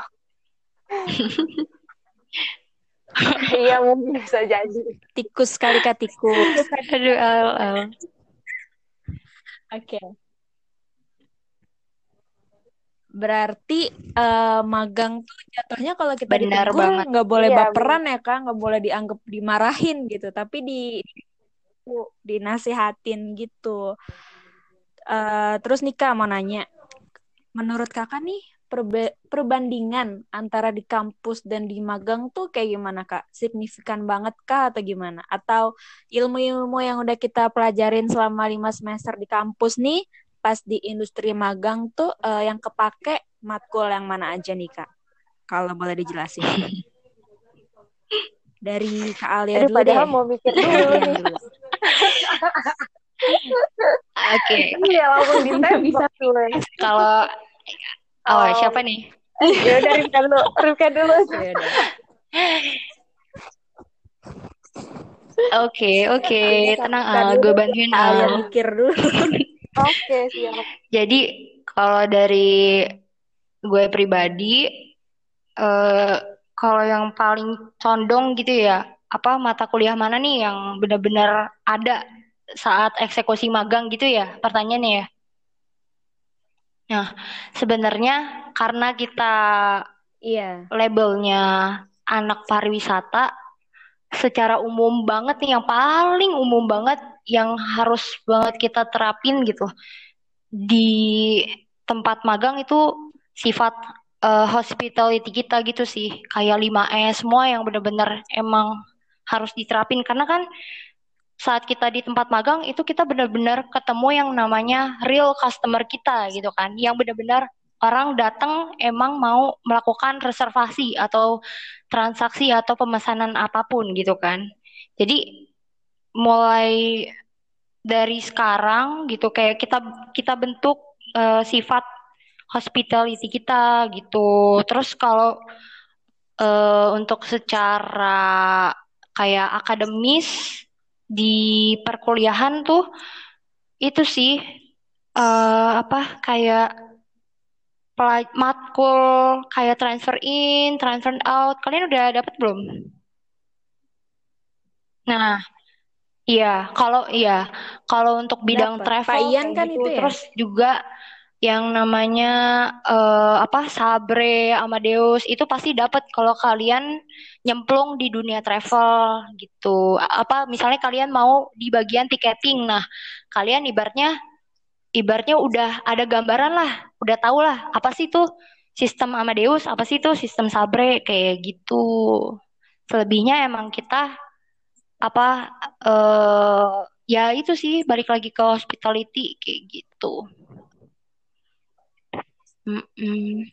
Iya mungkin bisa jadi. Tikus kali kak tikus. Aduh, al, al. Oke. Berarti eh, magang tuh jatuhnya kalau kita Benar ditegur banget. nggak boleh Iya, baperan ya Kak, nggak boleh dianggap dimarahin gitu, tapi di dinasihatin gitu. Eh, terus nih Kak mau nanya, menurut Kakak nih perbe- perbandingan antara di kampus dan di magang tuh kayak gimana Kak? Signifikan banget kah atau gimana? Atau ilmu-ilmu yang udah kita pelajarin selama lima semester di kampus nih, pas di industri magang tuh eh, yang kepake matkul yang mana aja nih Kak? Kalau boleh dijelasin. Dari Kak Alia aduh dulu padahal deh. mau mikir dulu Gantian nih. dulu. Oke, Iya, langsung Nggak ditembak bisa. dulu. kalau oh Kalau siapa nih? eh ya udah Rifka dulu, Rifka dulu. Ya udah. Oke, oke, tenang Rifka Al, gue dulu. bantuin Kak Alia Al. mikir dulu. Oke, siap. Jadi kalau dari gue pribadi, eh, kalau yang paling condong gitu ya, apa mata kuliah mana nih yang benar-benar ada saat eksekusi magang gitu ya, pertanyaannya ya. Nah, sebenarnya karena kita Iya. labelnya anak pariwisata, secara umum banget nih, yang paling umum banget, yang harus banget kita terapin gitu di tempat magang itu sifat eh, hospitality kita gitu sih, kayak lima S semua yang benar-benar emang harus diterapin karena kan saat kita di tempat magang itu kita benar-benar ketemu yang namanya real customer kita gitu kan, yang benar-benar orang datang emang mau melakukan reservasi atau transaksi atau pemesanan apapun gitu kan. Jadi mulai dari sekarang gitu kayak kita kita bentuk eh, sifat hospitality kita gitu. Terus kalau eh, untuk secara kayak akademis di perkuliahan tuh itu sih eh, apa kayak pela- matkul kayak transfer in, transfer out. Kalian udah dapet belum? Nah, iya, kalau iya, kalau untuk bidang Dapat. Pak travel Ian kayak kan gitu, itu ya? terus juga yang namanya eh, apa Sabre, Amadeus itu pasti dapat kalau kalian nyemplung di dunia travel gitu. A- Apa misalnya kalian mau di bagian tiketing, nah kalian ibaratnya ibaratnya udah ada gambaran lah, udah tahu lah apa sih tuh sistem Amadeus, apa sih tuh sistem Sabre kayak gitu. Selebihnya emang kita apa eh ya itu sih balik lagi ke hospitality kayak gitu. Mm-mm.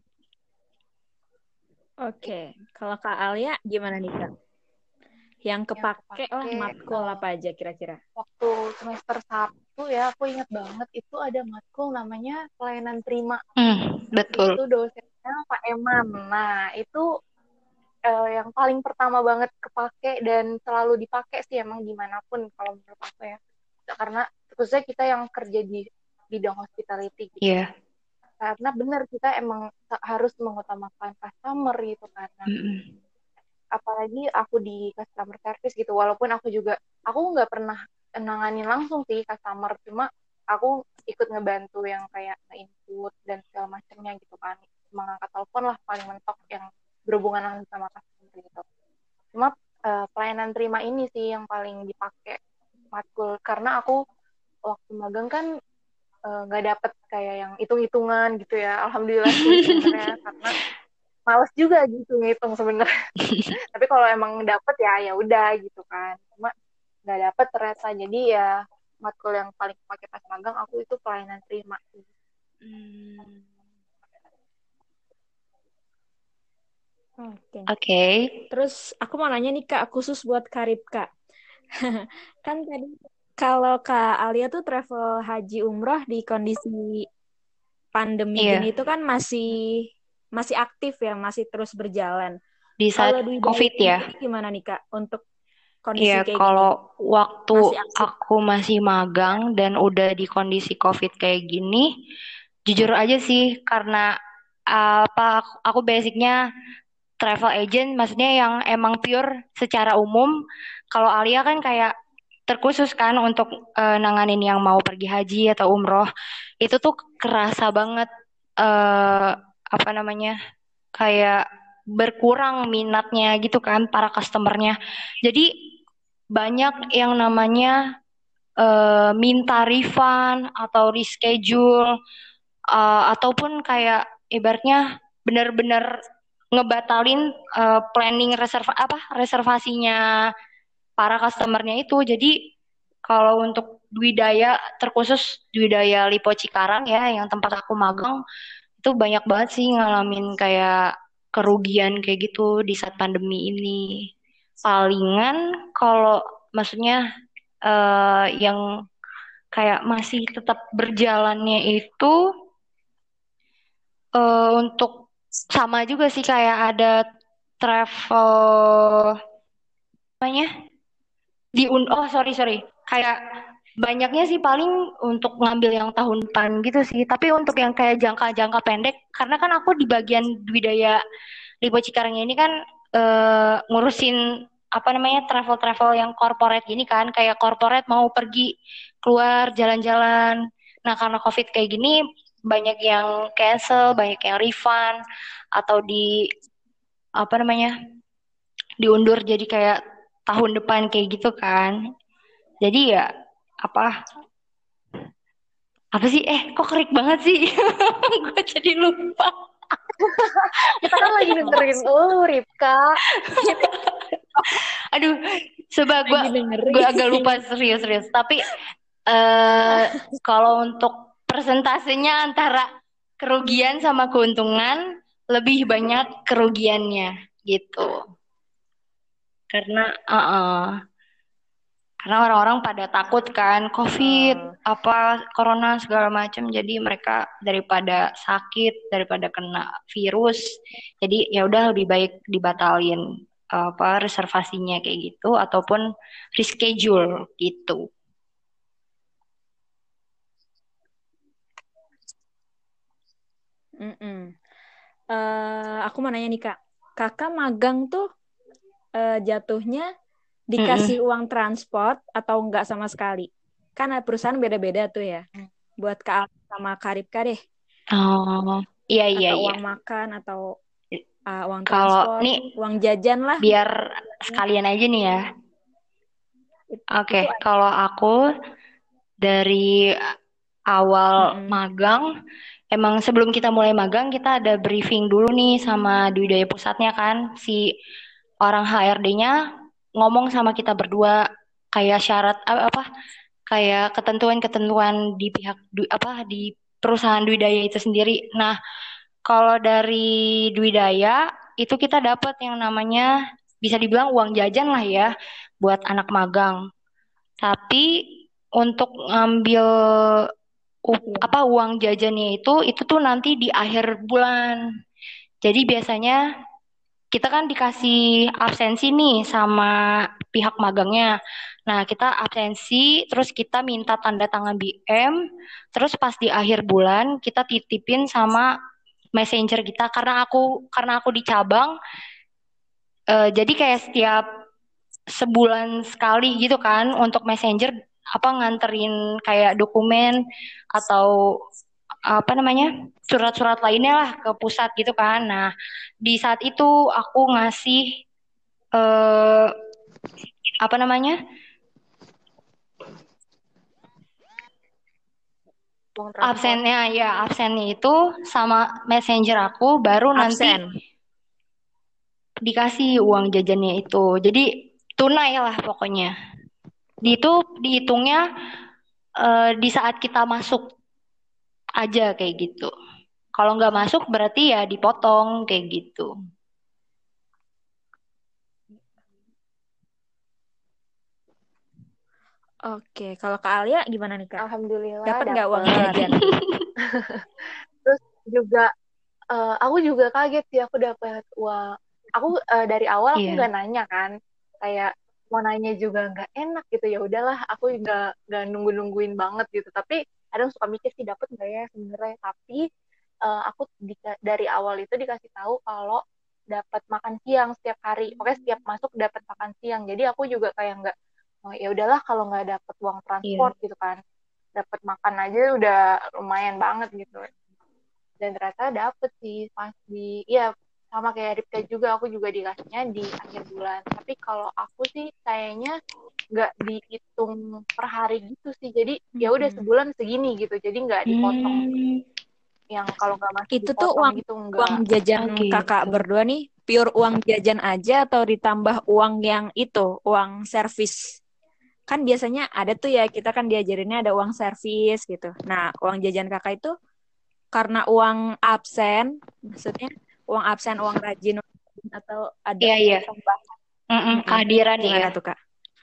Oke. Kalau Kak Alia gimana nih Kak? Yang Yang kepake lah kepake matkul eh, apa aja kira-kira? waktu semester satu ya, aku ingat banget itu ada matkul namanya pelayanan terima. Hmm, betul. Itu dosennya Pak Eman. Nah, itu eh, yang paling pertama banget kepake dan selalu dipakai sih emang dimanapun kalau menurut aku ya. Karena khususnya kita yang kerja di bidang hospitality gitu. Iya. Karena benar kita emang harus mengutamakan customer gitu kan. Nah, Mm-mm. apalagi aku di customer service gitu, walaupun aku juga aku nggak pernah nanganin langsung sih customer, cuma aku ikut ngebantu yang kayak nge-input dan segala macamnya gitu kan, mengangkat telepon lah paling mentok yang berhubungan langsung sama customer gitu. Cuma eh, pelayanan terima ini sih yang paling dipakai matkul, karena aku waktu magang kan eh, nggak uh, dapet kayak yang hitung-hitungan gitu ya, alhamdulillah sih sebenarnya, karena males juga gitu ngitung sebenarnya. Tapi kalau emang dapet ya ya udah gitu kan, cuma nggak dapet ternyata, jadi ya matkul yang paling pakai pas magang aku itu pelayanan terima. Hmm. Oke. Oke. Terus aku mau nanya nih Kak, khusus buat Karib Kak. Kan tadi kalau Kak Alia tuh travel haji umroh di kondisi pandemi gini Iya. itu kan masih masih aktif ya, masih terus berjalan. Di saat Kalau di Daya COVID ya. sendiri gimana nih Kak untuk kondisi Iya, kayak gini? kalau waktu Masih aktif? aku masih magang dan udah di kondisi COVID kayak gini, jujur aja sih karena apa aku aku basicnya travel agent, maksudnya yang emang pure secara umum. Kalau Alia kan kayak terkhusus kan untuk eh, nanganin yang mau pergi haji atau umroh, itu tuh kerasa banget eh apa namanya kayak berkurang minatnya gitu kan para customernya. Jadi banyak yang namanya eh, minta refund atau reschedule eh, ataupun kayak ibaratnya benar-benar ngebatalin eh, planning reserva apa reservasinya para customernya itu. Jadi kalau untuk Dwi Daya terkhusus Dwi Daya Lipo Cikarang ya yang tempat aku magang itu banyak banget sih ngalamin kayak kerugian kayak gitu di saat pandemi ini. Palingan kalau maksudnya eh, yang kayak masih tetap berjalannya itu eh, untuk sama juga sih kayak ada travel namanya di un oh sorry sorry kayak banyaknya sih paling untuk ngambil yang tahun depan gitu sih. Tapi untuk yang kayak jangka-jangka pendek, karena kan aku di bagian budaya Lipo Cikarang ini kan eh, ngurusin apa namanya travel-travel yang corporate gini kan, kayak corporate mau pergi keluar jalan-jalan. Nah karena COVID kayak gini banyak yang cancel, banyak yang refund atau di apa namanya diundur jadi kayak tahun depan kayak gitu kan. Jadi ya apa apa sih eh kok kerik banget sih gue jadi lupa. Kita kan lagi dengerin lu, Ripka. Aduh coba gue Lagi dengerin. gue agak lupa serius-serius tapi eh kalau untuk persentasenya antara kerugian sama keuntungan lebih banyak kerugiannya gitu karena uh-uh. Karena orang-orang pada takut kan COVID Oh. apa corona segala macam jadi mereka daripada sakit daripada kena virus jadi ya udah lebih baik dibatalin apa reservasinya kayak gitu ataupun reschedule gitu. Mm-mm. Eh, aku mau nanya nih Kak, Kakak magang tuh eh, jatuhnya dikasih Mm-mm. uang transport atau enggak sama sekali? Kan perusahaan beda-beda tuh ya. Buat Kak Al sama Kak Ripka deh. Oh iya iya Atau iya. uang makan atau uh, uang Kalau transport, nih uang jajan lah. biar sekalian aja nih ya. It- Oke, Itu ada. kalau aku dari awal Mm-mm. magang, emang sebelum kita mulai magang kita ada briefing dulu nih sama Dwi Daya Pusatnya kan, si orang H R D-nya ngomong sama kita berdua kayak syarat apa, apa kayak ketentuan-ketentuan di pihak du- apa di perusahaan Dwi Daya itu sendiri. Nah, kalau dari Dwi Daya itu kita dapat yang namanya bisa dibilang uang jajan lah ya buat anak magang. Tapi untuk ngambil u- Iya. apa uang jajannya itu itu tuh nanti di akhir bulan. Jadi biasanya kita kan dikasih absensi nih sama pihak magangnya. Nah, kita absensi terus kita minta tanda tangan B M, terus pas di akhir bulan kita titipin sama messenger kita karena aku karena aku di cabang eh, jadi kayak setiap sebulan sekali gitu kan untuk messenger apa nganterin kayak dokumen atau apa namanya surat-surat lainnya lah ke pusat gitu kan. Nah di saat itu aku ngasih eh, apa namanya Uang transport. absennya ya absennya itu sama messenger aku baru nanti Absen. dikasih uang jajannya itu. Jadi tunai lah pokoknya. Di itu dihitungnya eh, di saat kita masuk aja kayak gitu. Kalau nggak masuk berarti ya dipotong kayak gitu. Oke, kalau Kak Alia gimana nih Kak? Alhamdulillah Dapat nggak uang dapet. jajan? Terus juga eh, aku juga kaget sih aku dapat uang. Aku eh, dari awal aku Iya. nggak nanya kan, kayak mau nanya juga nggak enak gitu, ya udahlah aku nggak nggak nunggu nungguin banget gitu. Tapi kadang suka mikir sih dapat nggak ya sebenarnya. Tapi eh, aku di- dari awal itu dikasih tahu kalau dapat makan siang setiap hari. Oke, setiap masuk dapat makan siang. Jadi aku juga kayak nggak, oh, ya udahlah kalau nggak dapat uang Iya. transport gitu kan, dapat makan aja udah lumayan banget gitu. dan ternyata dapet sih pas di ya sama kayak Ripka juga, aku juga dikasihnya di akhir bulan. Tapi kalau aku sih kayaknya nggak dihitung per hari gitu sih, jadi ya udah Hmm. sebulan segini gitu, jadi nggak dipotong Hmm, yang kalau nggak masih Itu tuh dipotong uang gitu uang nggak. jajan oh kakak gitu. berdua nih pure uang jajan aja atau ditambah uang yang itu uang servis? Kan biasanya ada tuh ya kita kan diajarinnya ada uang servis gitu. Nah uang jajan kakak itu karena uang absen, maksudnya uang absen, uang rajin atau ada Iya, iya. tambahan? Mm-mm, Mm-mm. kehadiran Gimana ya. tuh kak?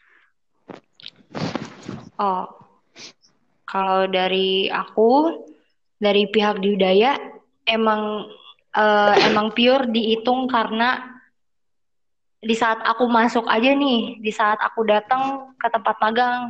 Oh, kalau dari aku, dari pihak Diudaya, emang eh, emang pure dihitung karena di saat aku masuk aja nih, di saat aku datang ke tempat magang,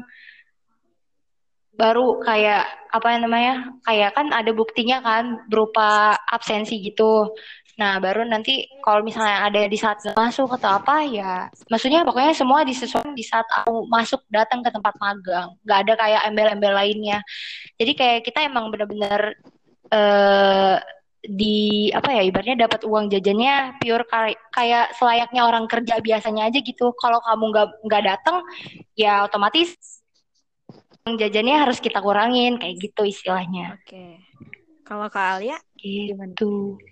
baru kayak apa yang namanya, kayak kan ada buktinya kan berupa absensi gitu. Nah, baru nanti kalau misalnya ada di saat nggak masuk atau apa ya, maksudnya pokoknya semua disesuaikan di saat aku masuk datang ke tempat magang. Nggak ada kayak embel-embel lainnya. Jadi kayak kita emang benar-benar eh di apa ya, ibaratnya dapat uang jajannya pure kayak kayak selayaknya orang kerja biasanya aja gitu. Kalau kamu nggak nggak datang, ya otomatis uang jajannya harus kita kurangin kayak gitu istilahnya. Oke. Kalau Kak Alia gimana? Gitu.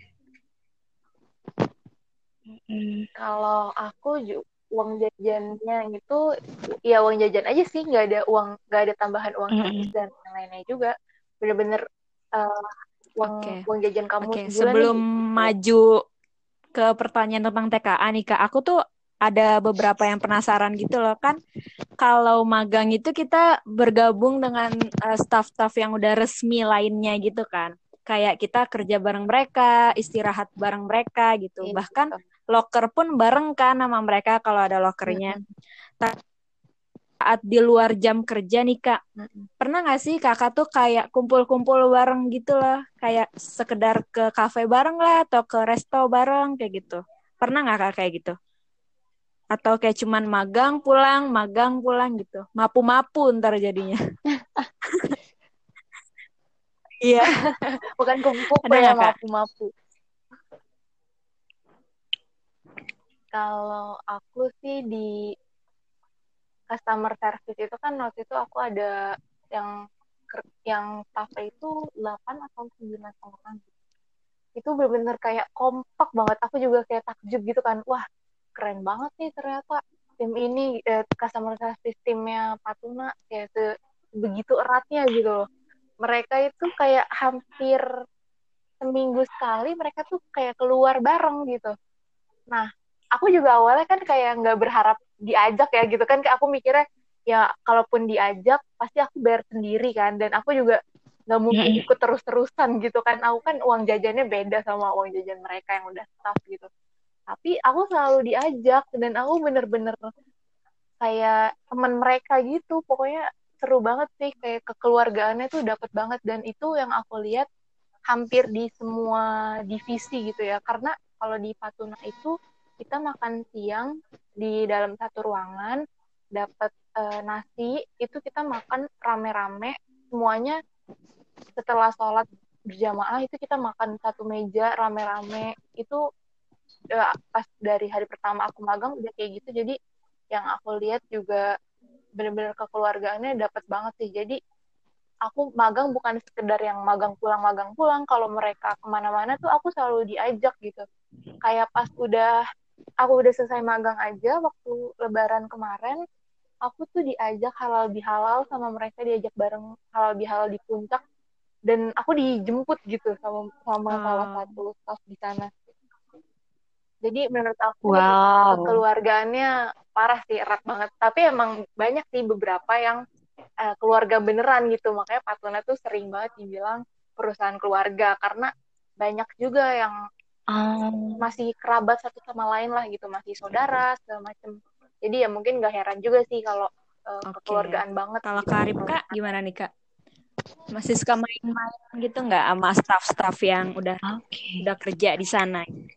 Mm. Kalau aku ju- uang jajannya itu ya uang jajan aja sih, nggak ada uang, nggak ada tambahan uang servis Mm-mm. dan yang lainnya juga, bener-bener uh, uang Oke. uang jajan kamu Oke, sebulan nih sebelum gitu. maju ke pertanyaan tentang T K A nih Kak, aku tuh ada beberapa yang penasaran gitu loh kan. Kalau magang itu kita bergabung dengan uh, staff-staff yang udah resmi lainnya gitu kan. Kayak kita kerja bareng mereka, istirahat bareng mereka gitu. Iya, Bahkan gitu. loker pun bareng kan sama mereka kalau ada lokernya. Mm-mm, Saat di luar jam kerja nih Kak, mm-mm. pernah nggak sih kakak tuh kayak kumpul-kumpul bareng gitu lah, kayak sekedar ke kafe bareng lah atau ke resto bareng kayak gitu? Pernah nggak kak kayak gitu? Atau kayak cuman magang pulang, magang pulang gitu? Mapu-mapu ntar jadinya. Iya, Bukan kupu-kupu ada ya, nggak kak? mapu-mapu. Kalau aku sih di customer service itu kan waktu itu aku ada yang yang staffnya itu delapan atau sembilan orang. Itu benar-benar kayak kompak banget. Aku juga kayak takjub gitu kan. Wah, keren banget nih ternyata tim ini, eh, customer service timnya Patuna kayak se begitu eratnya gitu loh. Mereka itu kayak hampir seminggu sekali mereka tuh kayak keluar bareng gitu. Nah, aku juga awalnya kan kayak nggak berharap diajak ya gitu kan. Kayak aku mikirnya ya kalaupun diajak pasti aku bayar sendiri kan. Dan aku juga nggak mungkin Mm-mm. ikut terus-terusan gitu kan. Aku kan uang jajannya beda sama uang jajan mereka yang udah staff gitu. Tapi aku selalu diajak dan aku bener-bener kayak teman mereka gitu. Pokoknya seru banget sih, kayak kekeluargaannya tuh dapet banget, dan itu yang aku lihat hampir di semua divisi gitu ya. Karena kalau di Patuna itu kita makan siang di dalam satu ruangan, dapat uh, nasi, itu kita makan rame-rame semuanya setelah sholat berjamaah, itu kita makan satu meja rame-rame. Itu uh, pas dari hari pertama aku magang udah kayak gitu. Jadi yang aku lihat juga bener-bener kekeluargaannya dapat banget sih. Jadi aku magang bukan sekedar yang magang pulang magang pulang. Kalau mereka kemana-mana tuh aku selalu diajak gitu. Kayak pas udah aku udah selesai magang aja waktu Lebaran kemarin, aku tuh diajak halal bihalal sama mereka, diajak bareng halal bihalal di puncak, dan aku dijemput gitu sama sama salah Oh, satu staff di sana. Jadi menurut aku Wow. kekeluargaannya parah sih, erat banget. Tapi emang banyak sih beberapa yang uh, keluarga beneran gitu. Makanya Patuna tuh sering banget dibilang perusahaan keluarga, karena banyak juga yang Um, masih kerabat satu sama lain lah gitu, masih saudara segala macem. Jadi ya mungkin gak heran juga sih kalau uh, oke. kekeluargaan banget Kalau gitu. Kak Ripka gimana nih kak? Masih suka main-main gitu nggak sama staff-staff yang udah Oke. udah kerja di sana?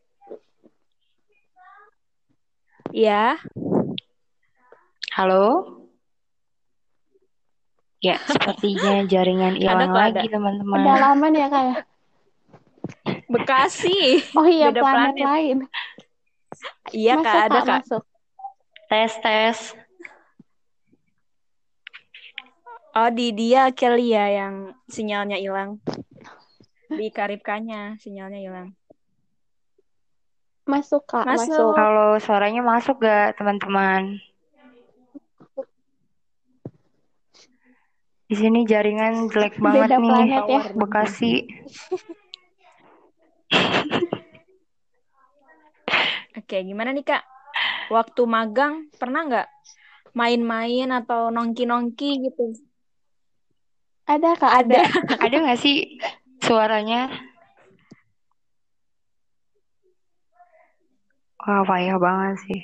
Iya, Halo? Ya, sepertinya jaringan ada hilang kok ada. lagi, teman-teman. Pedalaman ya kak ya? Bekasi. Oh iya, Beda planet planet. lain. Iya Kak, Masuk ada Kak, Kak. masuk. Tes tes. Oh, di dia kali ya yang sinyalnya hilang. Di Karibkanya sinyalnya hilang. Masuk Kak, masuk. Masuk. Kalau suaranya masuk gak teman-teman? Di sini jaringan jelek banget Beda nih, planet ya. Tower dong. Bekasi. Oke, gimana nih Kak? Waktu magang pernah nggak main-main atau nongki-nongki gitu? Ada Kak, Ada. ada. Ada nggak sih suaranya? Wah, payah banget sih.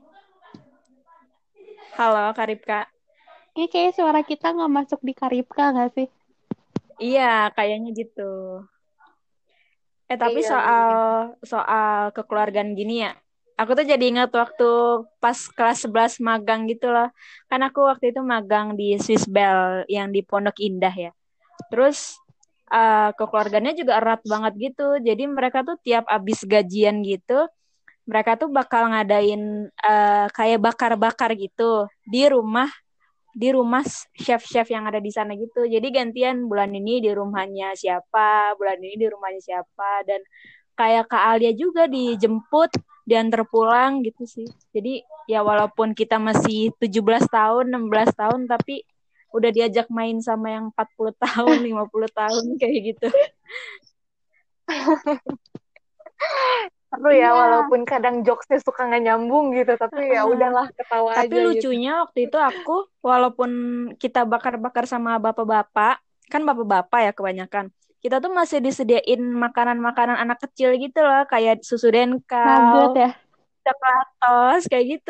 Halo Karibka. Ini kayak suara kita nggak masuk di Karibka nggak sih? Iya, kayaknya gitu. Eh, tapi Iya, soal soal kekeluargaan gini ya. Aku tuh jadi ingat waktu pas kelas sebelas magang gitu loh. Kan aku waktu itu magang di Swiss Bell yang di Pondok Indah ya. Terus eh kekeluarganya juga erat banget gitu. Jadi mereka tuh tiap abis gajian gitu, mereka tuh bakal ngadain eh, kayak bakar-bakar gitu di rumah di rumah chef-chef yang ada di sana gitu. Jadi gantian bulan ini di rumahnya siapa, bulan ini di rumahnya siapa, dan kayak Kak Alia juga dijemput, diantar pulang gitu sih. Jadi ya walaupun kita masih tujuh belas tahun, enam belas tahun, tapi udah diajak main sama yang empat puluh tahun, lima puluh tahun kayak gitu. seru ya, Iya. walaupun kadang jokesnya suka nggak nyambung gitu, tapi ya Uh, udahlah, ketawa tapi aja gitu. lucunya waktu itu aku, walaupun kita bakar-bakar sama bapak-bapak, kan bapak-bapak ya kebanyakan, kita tuh masih disediain makanan-makanan anak kecil gitu loh, kayak susu Nugget denkau, ya. coklatos, kayak gitu.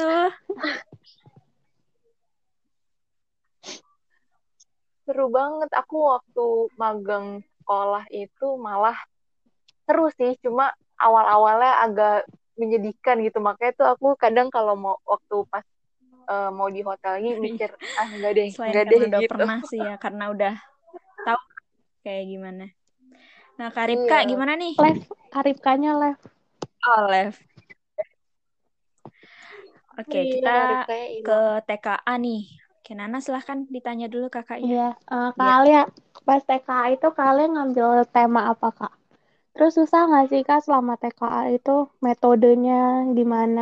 Seru banget. Aku waktu magang sekolah itu malah seru sih, cuma awal-awalnya agak menyedihkan gitu. Makanya tuh aku kadang kalau mau waktu pas eh, mau di hotel lagi mikir, ah enggak deh, Selain enggak deh karena udah gitu. pernah sih ya, karena udah tahu kayak gimana. Nah, Karipka Iya. gimana nih? Live, Karibkanya live. Oh, left. Oke, Iya, kita Karibkanya ke hilang. T K A nih. Oke, Nana silahkan ditanya dulu kakaknya. Iya. Eh, Kak Biar Alia, pas T K A itu kalian ngambil tema apa Kak? Terus susah nggak sih Kak selama T K A itu metodenya gimana?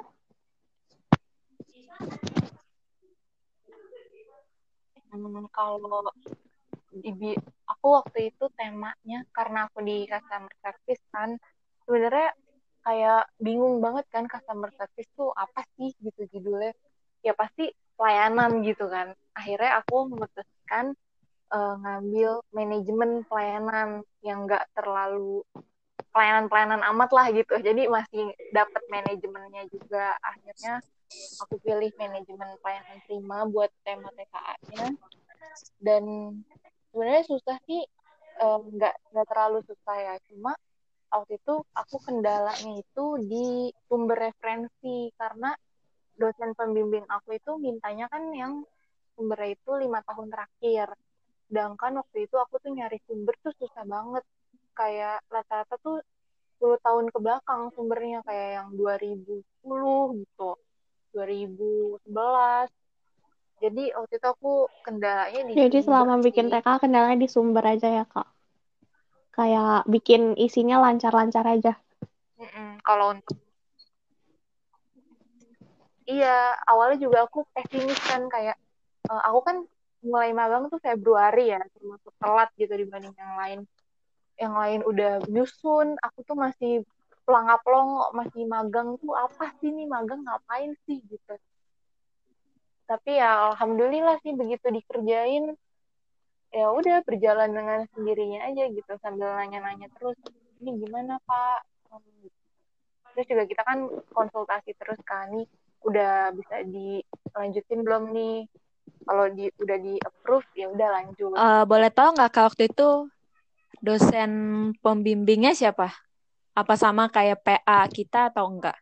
Hmm, kalau di bi- aku waktu itu temanya karena aku di customer service kan, sebenarnya kayak bingung banget kan, customer service tuh apa sih gitu judulnya. Ya pasti pelayanan gitu kan. Akhirnya aku memutuskan eh, ngambil manajemen pelayanan yang nggak terlalu pelayanan-pelayanan amat lah gitu. Jadi masih dapat manajemennya juga. Akhirnya aku pilih manajemen pelayanan prima buat tema T K A-nya. Dan sebenarnya susah sih, eh, nggak nggak terlalu susah ya. Cuma waktu itu aku kendalanya itu di sumber referensi, karena dosen pembimbing aku itu mintanya kan yang sumbernya itu lima tahun terakhir. Sedangkan waktu itu aku tuh nyari sumber tuh susah banget. Kayak rata-rata tuh sepuluh tahun ke belakang sumbernya, kayak yang dua ribu sepuluh gitu, dua ribu sebelas. Jadi waktu itu aku kendalanya di Jadi sumber selama bikin sih. T K A kendalanya di sumber aja ya Kak? Kayak bikin isinya lancar-lancar aja. Mm-mm. Kalau untuk iya, awalnya juga aku pesimis kan, kayak eh, aku kan mulai magang tuh Februari ya, termasuk telat gitu dibanding yang lain. Yang lain udah nyusun, aku tuh masih pelangap-pelongo, masih magang tuh apa sih nih, magang ngapain sih gitu. Tapi ya alhamdulillah sih begitu dikerjain, ya udah berjalan dengan sendirinya aja gitu, sambil nanya-nanya terus, ini gimana Pak. Hmm, terus juga kita kan konsultasi terus kan, nih udah bisa dilanjutin belum nih, kalau di udah di approve ya udah lanjut. Eh, boleh tahu nggak Kak waktu itu dosen pembimbingnya siapa? Apa sama kayak P A kita atau enggak?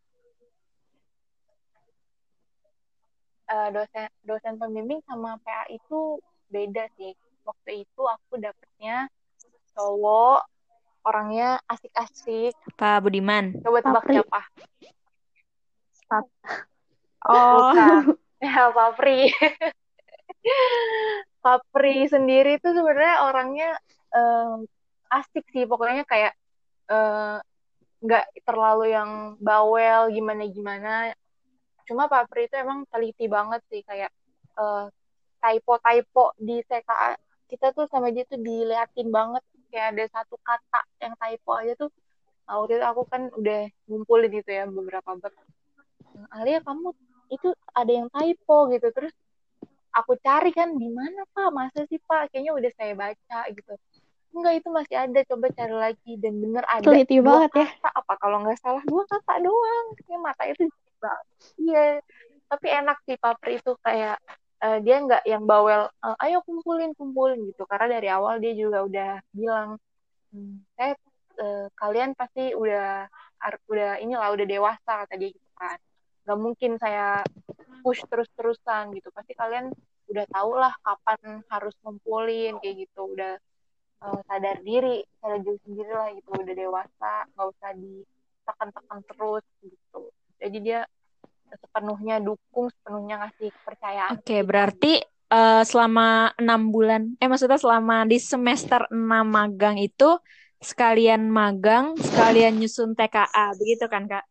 Eh, dosen dosen pembimbing sama P A itu beda sih. Waktu itu aku dapetnya cowok, orangnya asik-asik. Pak Budiman. Coba tebak Papri. siapa? Oh, Bukan. Ya, Papri. Papri sendiri tuh sebenarnya orangnya eh, asik sih. Pokoknya kayak eh, nggak terlalu yang bawel gimana-gimana. Cuma Papri itu emang teliti banget sih. Kayak eh, typo-typo di T K A kita tuh sama dia tuh diliatin banget. Kayak ada satu kata yang typo aja tuh. Nah, waktu itu aku kan udah ngumpulin itu ya beberapa bab. Alia kamu itu ada yang typo gitu. Terus aku cari kan di mana Pak? Masa sih Pak? Kayaknya udah saya baca gitu. Enggak, itu masih ada, coba cari lagi. Dan bener ada Teliti dua banget ya. kata apa kalau nggak salah dua kata doang. Kayak mata itu jelek banget. Iya, tapi enak sih Papri itu kayak eh, dia nggak yang bawel, eh, ayo kumpulin kumpulin gitu. Karena dari awal dia juga udah bilang, hmm, saya eh, kalian pasti udah ar- udah inilah udah dewasa kata dia gitu kan. Gak mungkin saya push terus-terusan gitu. Pasti kalian udah tau lah kapan harus ngumpulin kayak gitu. Udah eh, sadar diri, sadar diri sendiri lah gitu. Udah dewasa, nggak usah ditekan-tekan terus gitu. Jadi dia sepenuhnya dukung, sepenuhnya ngasih kepercayaan ke oke. kita. Berarti eh, selama enam bulan, eh maksudnya selama di semester enam magang itu sekalian magang, sekalian nyusun T K A, begitu kan Kak?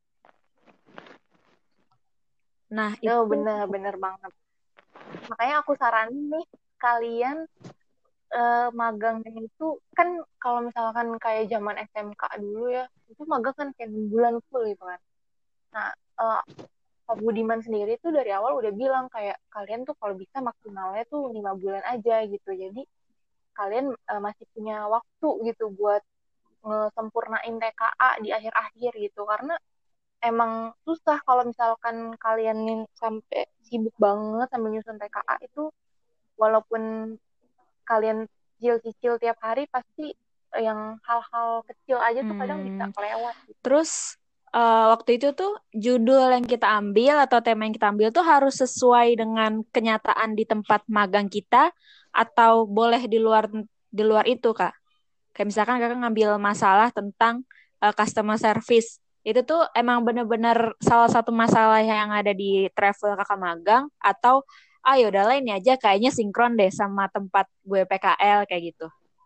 Nah Oh, itu, bener-bener banget. Makanya aku saranin nih, kalian eh, magangnya itu kan kalau misalkan kayak zaman S M K dulu ya, itu magang kan kayak enam bulan full gitu kan. Nah, eh, Pak Budiman sendiri tuh dari awal udah bilang kayak kalian tuh kalau bisa maksimalnya tuh lima bulan aja gitu. Jadi kalian eh, masih punya waktu gitu buat ngesempurnain T K A di akhir-akhir gitu. Karena emang susah kalau misalkan kalian nih sampai sibuk banget sambil nyusun T K A itu, walaupun kalian cicil-cicil tiap hari pasti eh, yang hal-hal kecil aja tuh kadang bisa hmm, kelewat gitu. terus eh, waktu itu tuh judul yang kita ambil atau tema yang kita ambil tuh harus sesuai dengan kenyataan di tempat magang kita atau boleh di luar di luar itu Kak? Kayak misalkan kakak ngambil masalah tentang eh, customer service. Itu tuh emang bener-bener salah satu masalah yang ada di travel kakak magang atau ah yaudah lah ini aja kayaknya sinkron deh sama tempat gue P K L kayak gitu.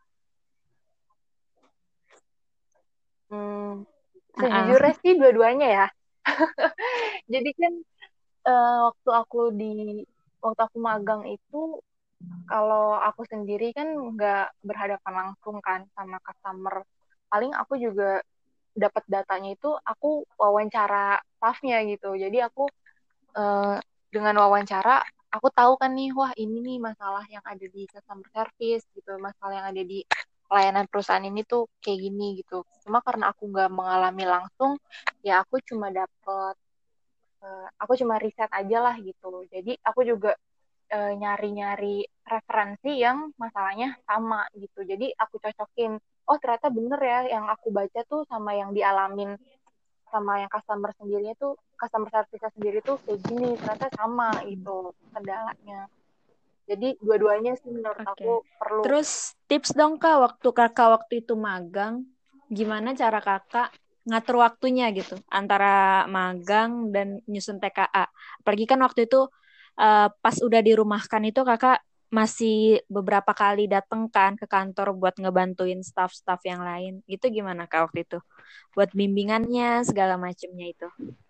Hmm, Ah, sejujurnya sih dua-duanya ya. Jadi kan eh, waktu aku di waktu aku magang itu, kalau aku sendiri kan nggak berhadapan langsung kan sama customer. Paling aku juga dapat datanya itu aku wawancara staffnya gitu. Jadi aku eh, dengan wawancara aku tahu kan nih, wah ini nih masalah yang ada di customer service gitu, masalah yang ada di layanan perusahaan ini tuh kayak gini gitu. Cuma karena aku nggak mengalami langsung, ya aku cuma dapet, eh, aku cuma riset aja lah gitu. Jadi aku juga eh, nyari-nyari referensi yang masalahnya sama gitu. Jadi aku cocokin, oh ternyata bener ya yang aku baca tuh sama yang dialamin sama yang customer sendirinya tuh, customer service sendiri tuh kayak gini, ternyata sama gitu kendalanya. Jadi dua-duanya sih menurut oke. aku perlu. Terus tips dong Kak waktu kakak waktu itu magang, gimana cara kakak ngatur waktunya gitu antara magang dan nyusun T K A. Apalagi kan waktu itu eh, pas udah dirumahkan itu kakak masih beberapa kali dateng kan ke kantor buat ngebantuin staff-staff yang lain. Itu gimana Kak waktu itu? Buat bimbingannya segala macemnya itu.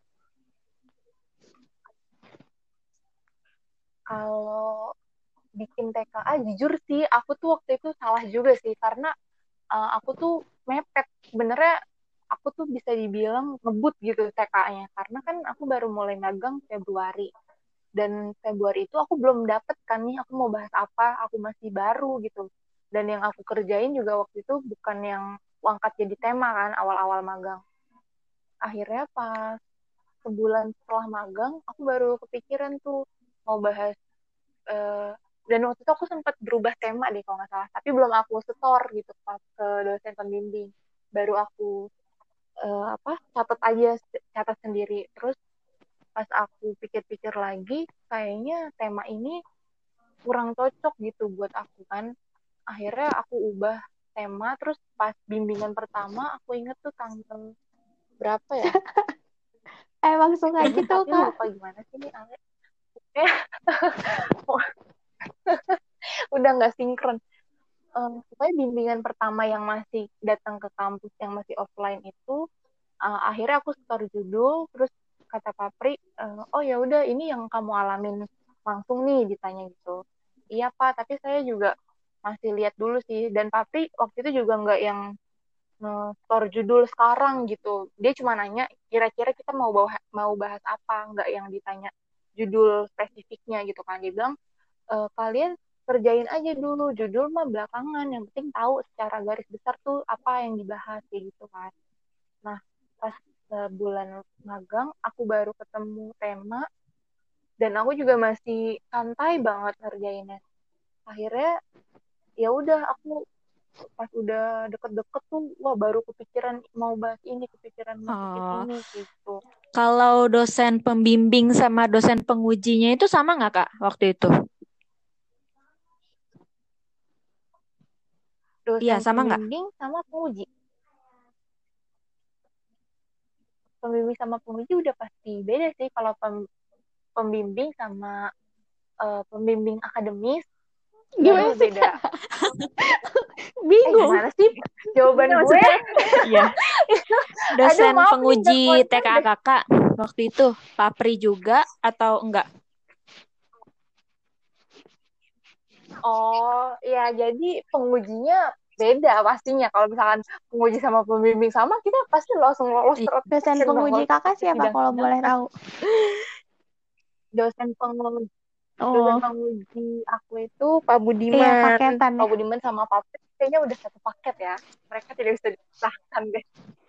Kalau bikin T K A jujur sih aku tuh waktu itu salah juga sih, karena uh, aku tuh mepet sebenarnya. Aku tuh bisa dibilang ngebut gitu T K A-nya, karena kan aku baru mulai magang Februari, dan Februari itu aku belum dapet kan nih aku mau bahas apa, aku masih baru gitu. Dan yang aku kerjain juga waktu itu bukan yang aku angkat jadi tema kan awal-awal magang. Akhirnya pas sebulan setelah magang aku baru kepikiran tuh mau bahas, eh, dan waktu itu aku sempat berubah tema deh kalau nggak salah, tapi belum aku setor gitu pas ke dosen pembimbing. Baru aku eh, apa catat aja, catat sendiri. Terus pas aku pikir-pikir lagi, kayaknya tema ini kurang cocok gitu buat aku kan. Akhirnya aku ubah tema, terus pas bimbingan pertama aku inget tuh tanggal berapa ya? Emang suka gitu, Tapi Kak? lupa gimana sih nih Ale. Udah nggak sinkron. Um, pokoknya bimbingan pertama yang masih datang ke kampus yang masih offline itu, uh, akhirnya aku setor judul, terus kata Papri, uh, oh ya udah ini yang kamu alamin langsung nih, ditanya gitu. Iya Pak, tapi saya juga masih lihat dulu sih. Dan Papri waktu itu juga nggak yang store judul sekarang gitu. Dia cuma nanya kira-kira kita mau bawa, mau bahas apa, nggak yang ditanya judul spesifiknya gitu kan. Dia bilang e, kalian kerjain aja dulu, judul mah belakangan, yang penting tahu secara garis besar tuh apa yang dibahas kayak gitu kan. Nah, pas uh, bulan magang aku baru ketemu tema dan aku juga masih santai banget ngerjainnya. Akhirnya ya udah aku pas udah deket-deket tuh wah baru kepikiran mau bahas ini, kepikiran masukin Oh, ini gitu. kalau dosen pembimbing sama dosen pengujinya itu sama nggak Kak waktu itu? Iya, Dosen sama nggak? pembimbing sama penguji. Pembimbing sama penguji udah pasti beda sih. Kalau pem- pembimbing sama uh, pembimbing akademis Gimana baru sih, beda. Kak? Eh Bingung. gimana sih jawaban Iya, gue? maksudnya, iya. Aduh Dosen maaf nih penguji nggak konsen T K A deh. kakak waktu itu Papri juga atau enggak? Oh ya jadi pengujinya beda pastinya. Kalau misalkan penguji sama pembimbing sama, kita pasti langsung lolos Iya. Dosen terus dong penguji kalau kakak ke siapa kalau sidang-sidang. boleh tahu? Dosen penguji dosen Oh, penguji aku itu Pak iya Budiman. paketan Pak ya. Budiman sama Pak Pris kayaknya udah satu paket ya. Mereka tidak bisa dipisahkan deh.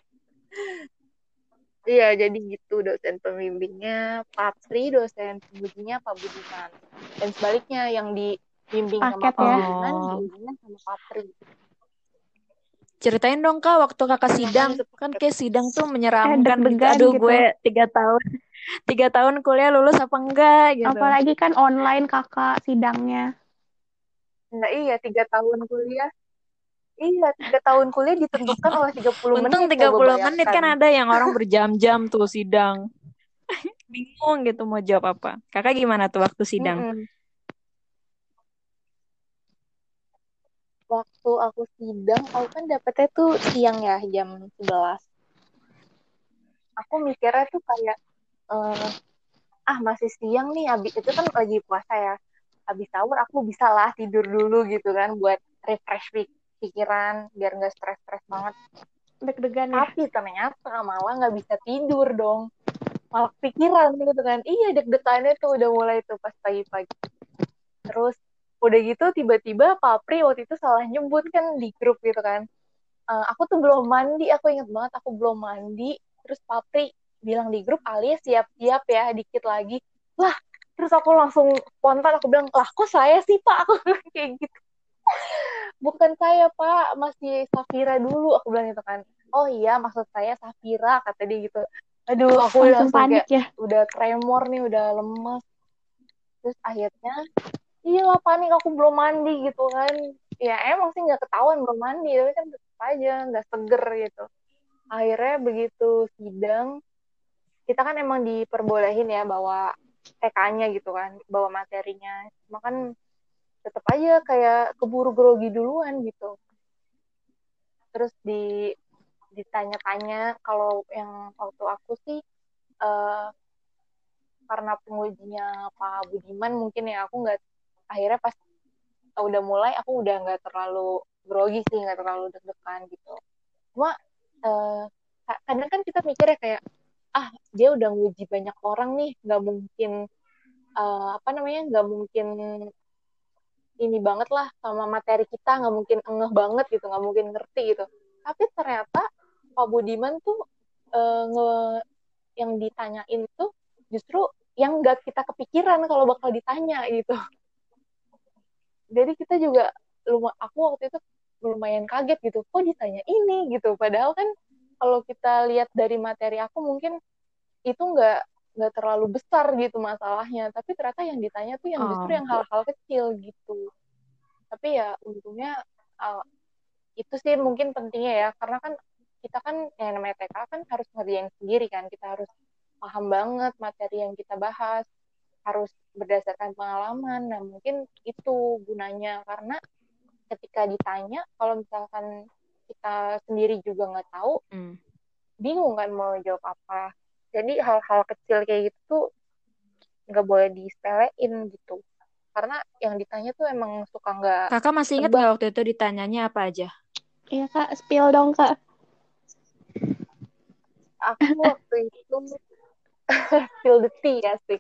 Iya, jadi gitu dosen pembimbingnya Pak Pri, dosen pengujinya Pak Budiman. Dan sebaliknya yang dibimbing sama Paket Pak ya. Budiman, Oh, diujinya sama Pak Pri. ceritain dong Kak waktu kakak Hmm, sidang. makanya itu Kan paket. kayak sidang tuh Eh menyeramkan gitu. deg-degan Aduh, gitu. gue tiga tahun, tiga tahun kuliah lulus apa enggak gitu. Apalagi kan online kakak sidangnya. Nah iya, tiga tahun kuliah. Iya, tiga tahun kuliah ditentukan oleh tiga puluh Untung menit, tiga coba puluh menit bayangkan. kan ada yang orang berjam-jam tuh sidang. Bingung gitu mau jawab apa. Kakak gimana tuh waktu sidang? Mm-mm. Waktu aku sidang, aku kan dapetnya tuh siang ya, jam sebelas. Aku mikirnya tuh kayak, eh, ah masih siang nih, habis itu kan lagi puasa ya. Habis sahur aku bisa lah tidur dulu gitu kan, buat refresh pikiran, biar nggak stres-stres banget. Deg-degan ya. Tapi ternyata malah nggak bisa tidur dong. Malah pikiran gitu kan. Iya, deg-degannya tuh udah mulai tuh pas pagi-pagi. Terus udah gitu tiba-tiba Papri waktu itu salah nyebut kan di grup gitu kan. Uh, aku tuh belum mandi, aku inget banget aku belum mandi. Terus Papri bilang di grup, Alia siap-siap ya dikit lagi. Lah, terus aku langsung spontan aku bilang, lah kok saya sih Pak? Aku bilang kayak gitu. Bukan saya Pak, masih Safira dulu. Aku bilang gitu kan. Oh iya, maksud saya Safira, kata dia gitu. Aduh, aku udah Langsung langsung panik kayak, ya. udah tremor nih, udah lemes. Terus akhirnya iya lah panik aku belum mandi gitu kan, ya emang sih nggak ketahuan belum mandi tapi kan tetap aja nggak seger gitu. Akhirnya begitu sidang kita kan emang diperbolehin ya bawa T K-nya gitu kan, bawa materinya, cuma kan tetap aja kayak keburu grogi duluan gitu. Terus di ditanya-tanya, kalau yang waktu aku sih uh, karena pengujinya Pak Budiman mungkin ya aku nggak, akhirnya pas udah mulai aku udah nggak terlalu grogi sih, nggak terlalu deg-degan gitu. Cuma uh, kadang kan kita mikirnya kayak ah dia udah nguji banyak orang nih, nggak mungkin uh, apa namanya nggak mungkin ini banget lah sama materi kita, nggak mungkin engeh banget gitu, nggak mungkin ngerti gitu. Tapi ternyata Pak Budiman tuh uh, nge yang ditanyain tuh justru yang nggak kita kepikiran kalau bakal ditanya gitu. Jadi kita juga lumah, aku waktu itu lumayan kaget gitu, kok ditanya ini gitu. Padahal kan kalau kita lihat dari materi aku mungkin itu nggak nggak terlalu besar gitu masalahnya, tapi ternyata yang ditanya tuh yang justru Oh, yang hal-hal kecil gitu. Tapi ya untungnya uh, itu sih mungkin pentingnya ya, karena kan kita kan yang namanya T K kan harus ngerjain sendiri kan, kita harus paham banget materi yang kita bahas, harus berdasarkan pengalaman. Nah mungkin itu gunanya, karena ketika ditanya kalau misalkan kita sendiri juga nggak tahu, Hmm. bingung kan mau jawab apa. Jadi hal-hal kecil kayak gitu tuh nggak boleh disepelein gitu, karena yang ditanya tuh emang suka nggak Kakak masih ingat tebak. nggak waktu itu ditanyanya apa aja? Iya Kak, spill dong Kak. Aku waktu itu spill the tea ya, Sik.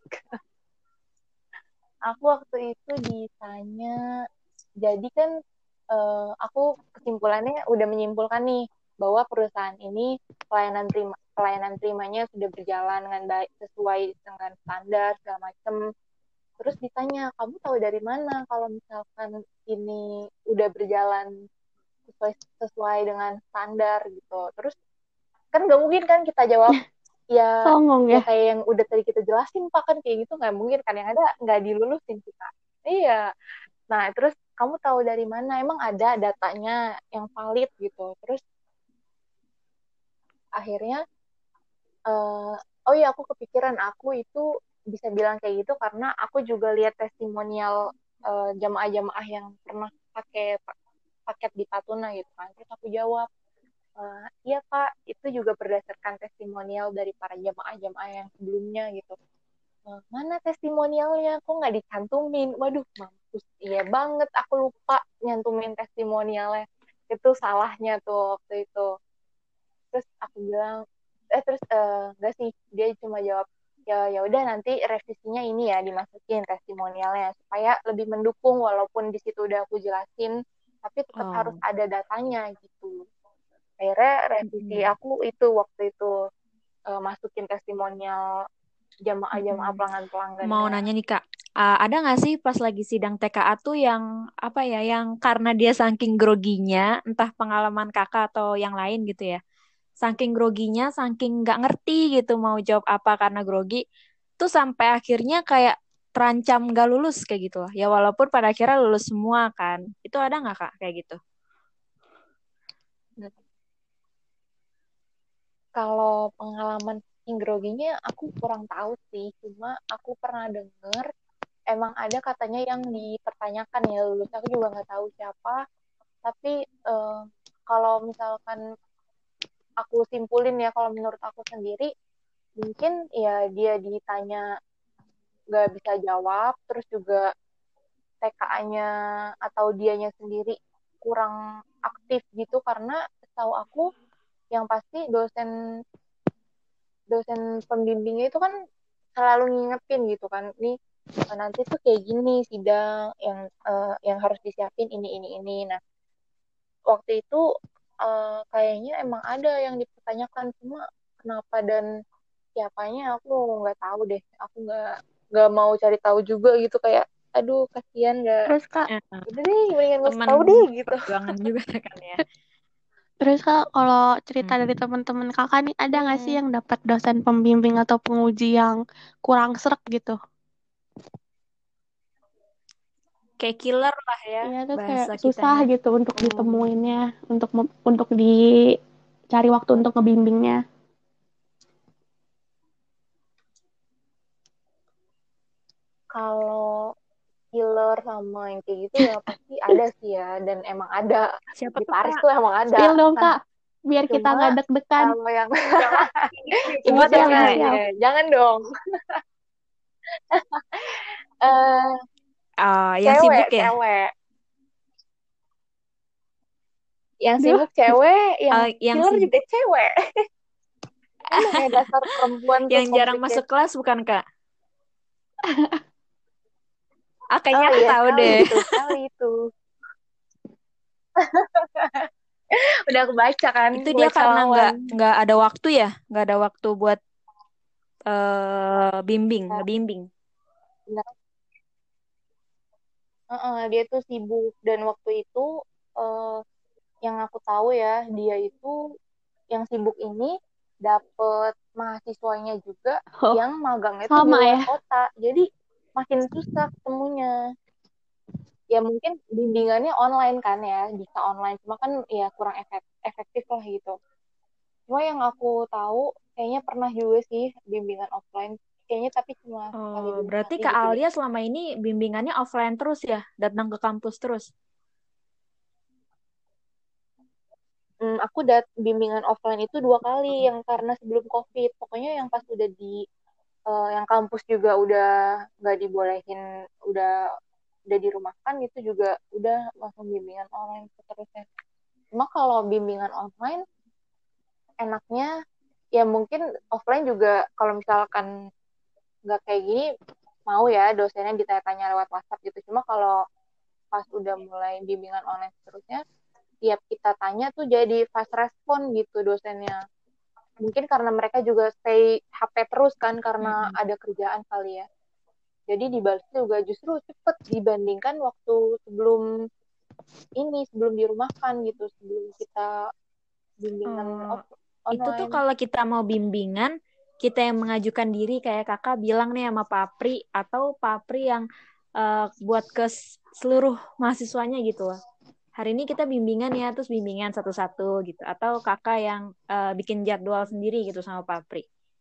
Aku waktu itu ditanya, jadi kan eh, aku kesimpulannya udah menyimpulkan nih bahwa perusahaan ini pelayanan terima pelayanan terimanya sudah berjalan dengan baik sesuai dengan standar segala macam. Terus ditanya, kamu tahu dari mana kalau misalkan ini udah berjalan sesuai sesuai dengan standar gitu. Terus kan nggak mungkin kan kita jawab ya Songong ya ya. kayak yang udah tadi kita jelasin Pak, kan kayak gitu nggak mungkin kan, yang ada nggak dilulusin kita. Iya. Nah terus kamu tahu dari mana, emang ada datanya yang valid gitu. Terus akhirnya eh, oh iya aku kepikiran, aku itu bisa bilang kayak gitu karena aku juga lihat testimonial eh, jamaah-jamaah yang pernah pakai pa- paket di Patuna gitu kan. Terus aku jawab, "Eh, iya Pak, itu juga berdasarkan testimonial dari para jamaah-jamaah yang sebelumnya gitu." "Eh, mana testimonialnya? Kok nggak dicantumin?" Waduh, mampus. Iya banget, aku lupa nyantumin testimonialnya. Itu salahnya tuh waktu itu. Terus aku bilang, eh terus eh, enggak sih, dia cuma jawab, ya ya udah nanti revisinya ini ya dimasukin testimonialnya supaya lebih mendukung, walaupun di situ udah aku jelasin, tapi tetap harus Oh. ada datanya gitu. Akhirnya revisi Mm-mm. aku itu waktu itu eh, masukin testimonial jamaah-jamaah Mm-mm. Mau pelanggan-pelanggannya. nanya nih Kak, uh, ada nggak sih pas lagi sidang T K A tuh yang apa ya, yang karena dia saking groginya, entah pengalaman Kakak atau yang lain gitu ya, saking groginya, saking nggak ngerti gitu mau jawab apa karena grogi, tuh sampai akhirnya kayak terancam gak lulus kayak gitu lah. Ya walaupun pada akhirnya lulus semua kan. Itu ada nggak Kak kayak gitu? Nah, kalau pengalaman saking groginya aku kurang tahu sih, cuma aku pernah denger emang ada katanya yang dipertanyakan ya lulus, aku juga nggak tahu siapa, tapi eh, kalau misalkan aku simpulin ya, kalau menurut aku sendiri mungkin ya dia ditanya nggak bisa jawab, terus juga T K A-nya atau dianya sendiri kurang aktif gitu, karena setahu aku yang pasti dosen dosen pembimbingnya itu kan selalu ngingetin gitu kan, nih eh, nanti tuh kayak gini sidang yang eh, yang harus disiapin ini ini ini. Nah waktu itu eh, kayaknya emang ada yang dipertanyakan, cuma kenapa dan siapanya aku nggak tahu deh, aku nggak nggak mau cari tahu juga gitu, kayak aduh kasihan, nggak, Terus Kak, Eh, udah deh mendingan nggak usah teman tahu deh gitu. perjuangan juga kan ya. terus Kak, kalau cerita Hmm. dari teman-teman Kakak nih ada nggak sih Mm-mm. yang dapat dosen pembimbing atau penguji yang kurang srek gitu? Kayak killer lah ya Iya, terus kayak bahasa susah kitanya. gitu untuk Hmm. ditemuinnya, untuk mem- untuk dicari waktu untuk ngebimbingnya. Kalau killer sama yang kayak gitu ya pasti ada sih ya, dan emang ada Siapa di tuh Paris Kak? tuh emang ada. Spill dong Nah Kak, biar kita cuma nggak deg-degan. kalau yang Yang laki, oh sebut yang Inisial, jangan cewek. ya, inisial. jangan dong. eh Ah, yang Cewek, sibuk ya? cewek. Yang Duh, sibuk cewek, yang Ah, yang killer sibuk. juga cewek. Emang ya dasar perempuan tuh Yang jarang masuk complicated. kelas bukan Kak? Ah, kayaknya Oh aku iya tahu sekali deh. itu, sekali itu. Udah aku baca kan, Itu dia baca karena lawan. nggak nggak ada waktu ya, nggak ada waktu buat eh bimbing, Nah, ngebimbing. benar. Heeh, dia tuh sibuk, dan waktu itu eh, yang aku tahu ya, dia itu yang sibuk ini dapet mahasiswanya juga oh, yang magangnya tuh di sama luar ya. kota. Jadi makin susah ketemunya. ya mungkin bimbingannya online kan ya, bisa online. Cuma kan ya kurang efek- efektif lah gitu. Cuma yang aku tahu kayaknya pernah juga sih bimbingan offline. Kayaknya tapi cuma sekali Oh, dua berarti kali Kak gitu deh. Alia selama ini bimbingannya offline terus ya, datang ke kampus terus. Hmm, aku dat bimbingan offline itu dua kali yang karena sebelum COVID. Pokoknya yang pas udah di eh, yang kampus juga udah nggak dibolehin, udah udah dirumahkan gitu juga udah langsung bimbingan online seterusnya. Cuma kalau bimbingan online enaknya ya mungkin offline juga kalau misalkan nggak kayak gini mau ya dosennya ditanya-tanya lewat WhatsApp gitu. Cuma kalau pas udah mulai bimbingan online seterusnya, tiap kita tanya tuh jadi fast respon gitu dosennya. Mungkin karena mereka juga stay H P terus kan karena Mm-mm. ada kerjaan kali ya. Jadi dibalasnya juga justru cepet dibandingkan waktu sebelum ini, sebelum dirumahkan gitu, sebelum kita bimbingan Oh, off- itu tuh online. kalau kita mau bimbingan, kita yang mengajukan diri kayak kakak bilang nih sama Papri, atau Papri yang eh, buat ke s- seluruh mahasiswanya gitu loh. Hari ini kita bimbingan ya, terus bimbingan satu-satu gitu. Atau kakak yang eh, bikin jadwal sendiri gitu sama Papri.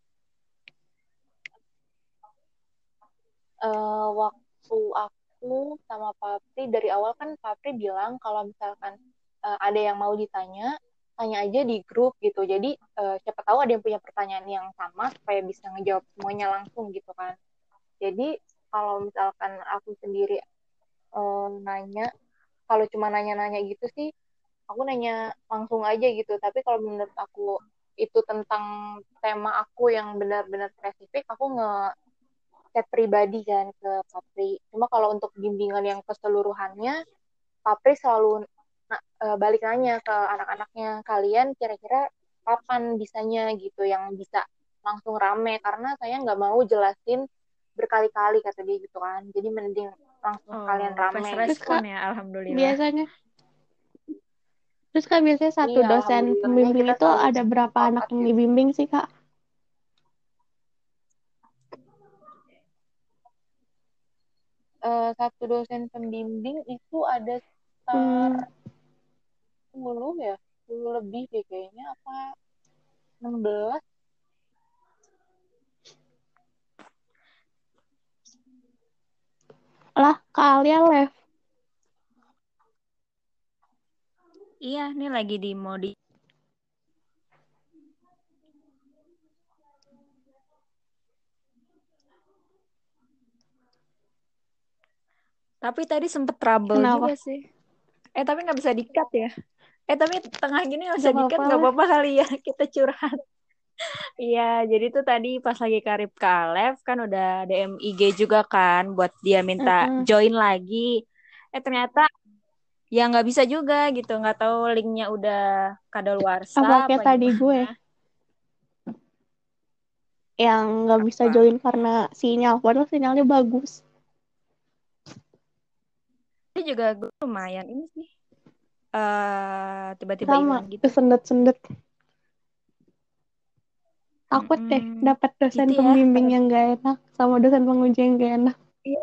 Eh, waktu aku sama Papri dari awal kan Papri bilang kalau misalkan eh, ada yang mau ditanya, tanya aja di grup gitu. Jadi eh, siapa tahu ada yang punya pertanyaan yang sama supaya bisa ngejawab semuanya langsung gitu kan. Jadi kalau misalkan aku sendiri eh, nanya, kalau cuma nanya-nanya gitu sih, aku nanya langsung aja gitu. Tapi kalau menurut aku itu tentang tema aku yang benar-benar spesifik, aku nge chat pribadi kan ke Papri. Cuma kalau untuk bimbingan yang keseluruhannya, Papri selalu na- eh, balik nanya ke anak-anaknya, kalian kira-kira kapan bisanya gitu, yang bisa langsung rame, karena saya nggak mau jelasin berkali-kali kata dia gitu kan. Jadi mending langsung sekalian Oh, rame fast Terus gitu. respon Kak, ya, Alhamdulillah. biasanya, terus Kak biasanya satu Iya, dosen alhamdulillahnya pembimbing kita itu selalu ada berapa anak kompak yang gitu. dibimbing sih Kak? Eh, satu dosen pembimbing itu ada sekitar Hmm, sepuluh ya, sepuluh lebih deh kayaknya, apa enam belas. lah Kak Alia left. Iya, ini lagi di modi. Tapi tadi sempet trouble juga Kenapa? sih. Eh, tapi nggak bisa di-cut ya. Eh, tapi tengah gini nggak Gak bisa di-cut, apa-apa nggak lah. apa-apa kali ya. Kita curhat. Iya, jadi tuh tadi pas lagi Karib Kalef kan udah D M I G juga kan buat dia minta Mm-mm. join lagi. Eh ternyata ya nggak bisa juga gitu, nggak tahu linknya udah kadaluarsa Apa apa kayak tadi gimana. gue yang nggak bisa Apa? join karena sinyal, padahal sinyalnya bagus. Ini juga gue lumayan ini sih. eh tiba-tiba Sama, hilang gitu. kesendet-sendet. Takut deh Mm-mm. dapat dosen Gitu ya. pembimbing yang gak enak sama dosen penguji yang gak enak. Iya,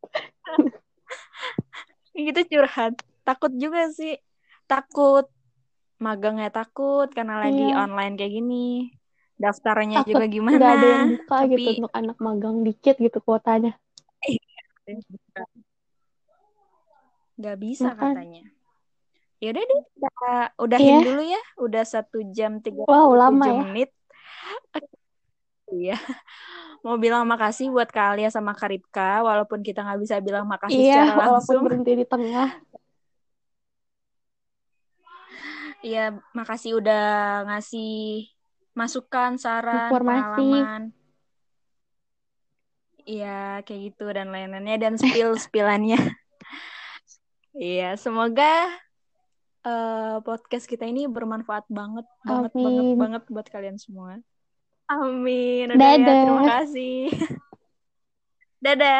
gitu curhat. Takut juga sih. Takut magangnya, takut karena lagi Iya, online kayak gini. Daftarnya takut juga nggak gimana. ada yang buka Tapi gitu untuk anak magang dikit gitu kuotanya. nggak bisa Makan. katanya. Ya udah deh, kita udahin Iya, dulu ya. Udah satu jam tiga wow puluh lama tujuh ya. menit. Iya. Mau bilang makasih buat Kak sama Karipka, walaupun kita nggak bisa bilang makasih Iya, secara walaupun langsung. berhenti di tengah. Iya, makasih udah ngasih masukan, saran, Informasi. pengalaman. Iya, kayak gitu dan lain-lainnya dan spill-spillannya. Iya, semoga eh, podcast kita ini bermanfaat banget, banget, banget, Amin. banget buat kalian semua. Amin. Udah ya, terima Dadah. kasih. Dadah.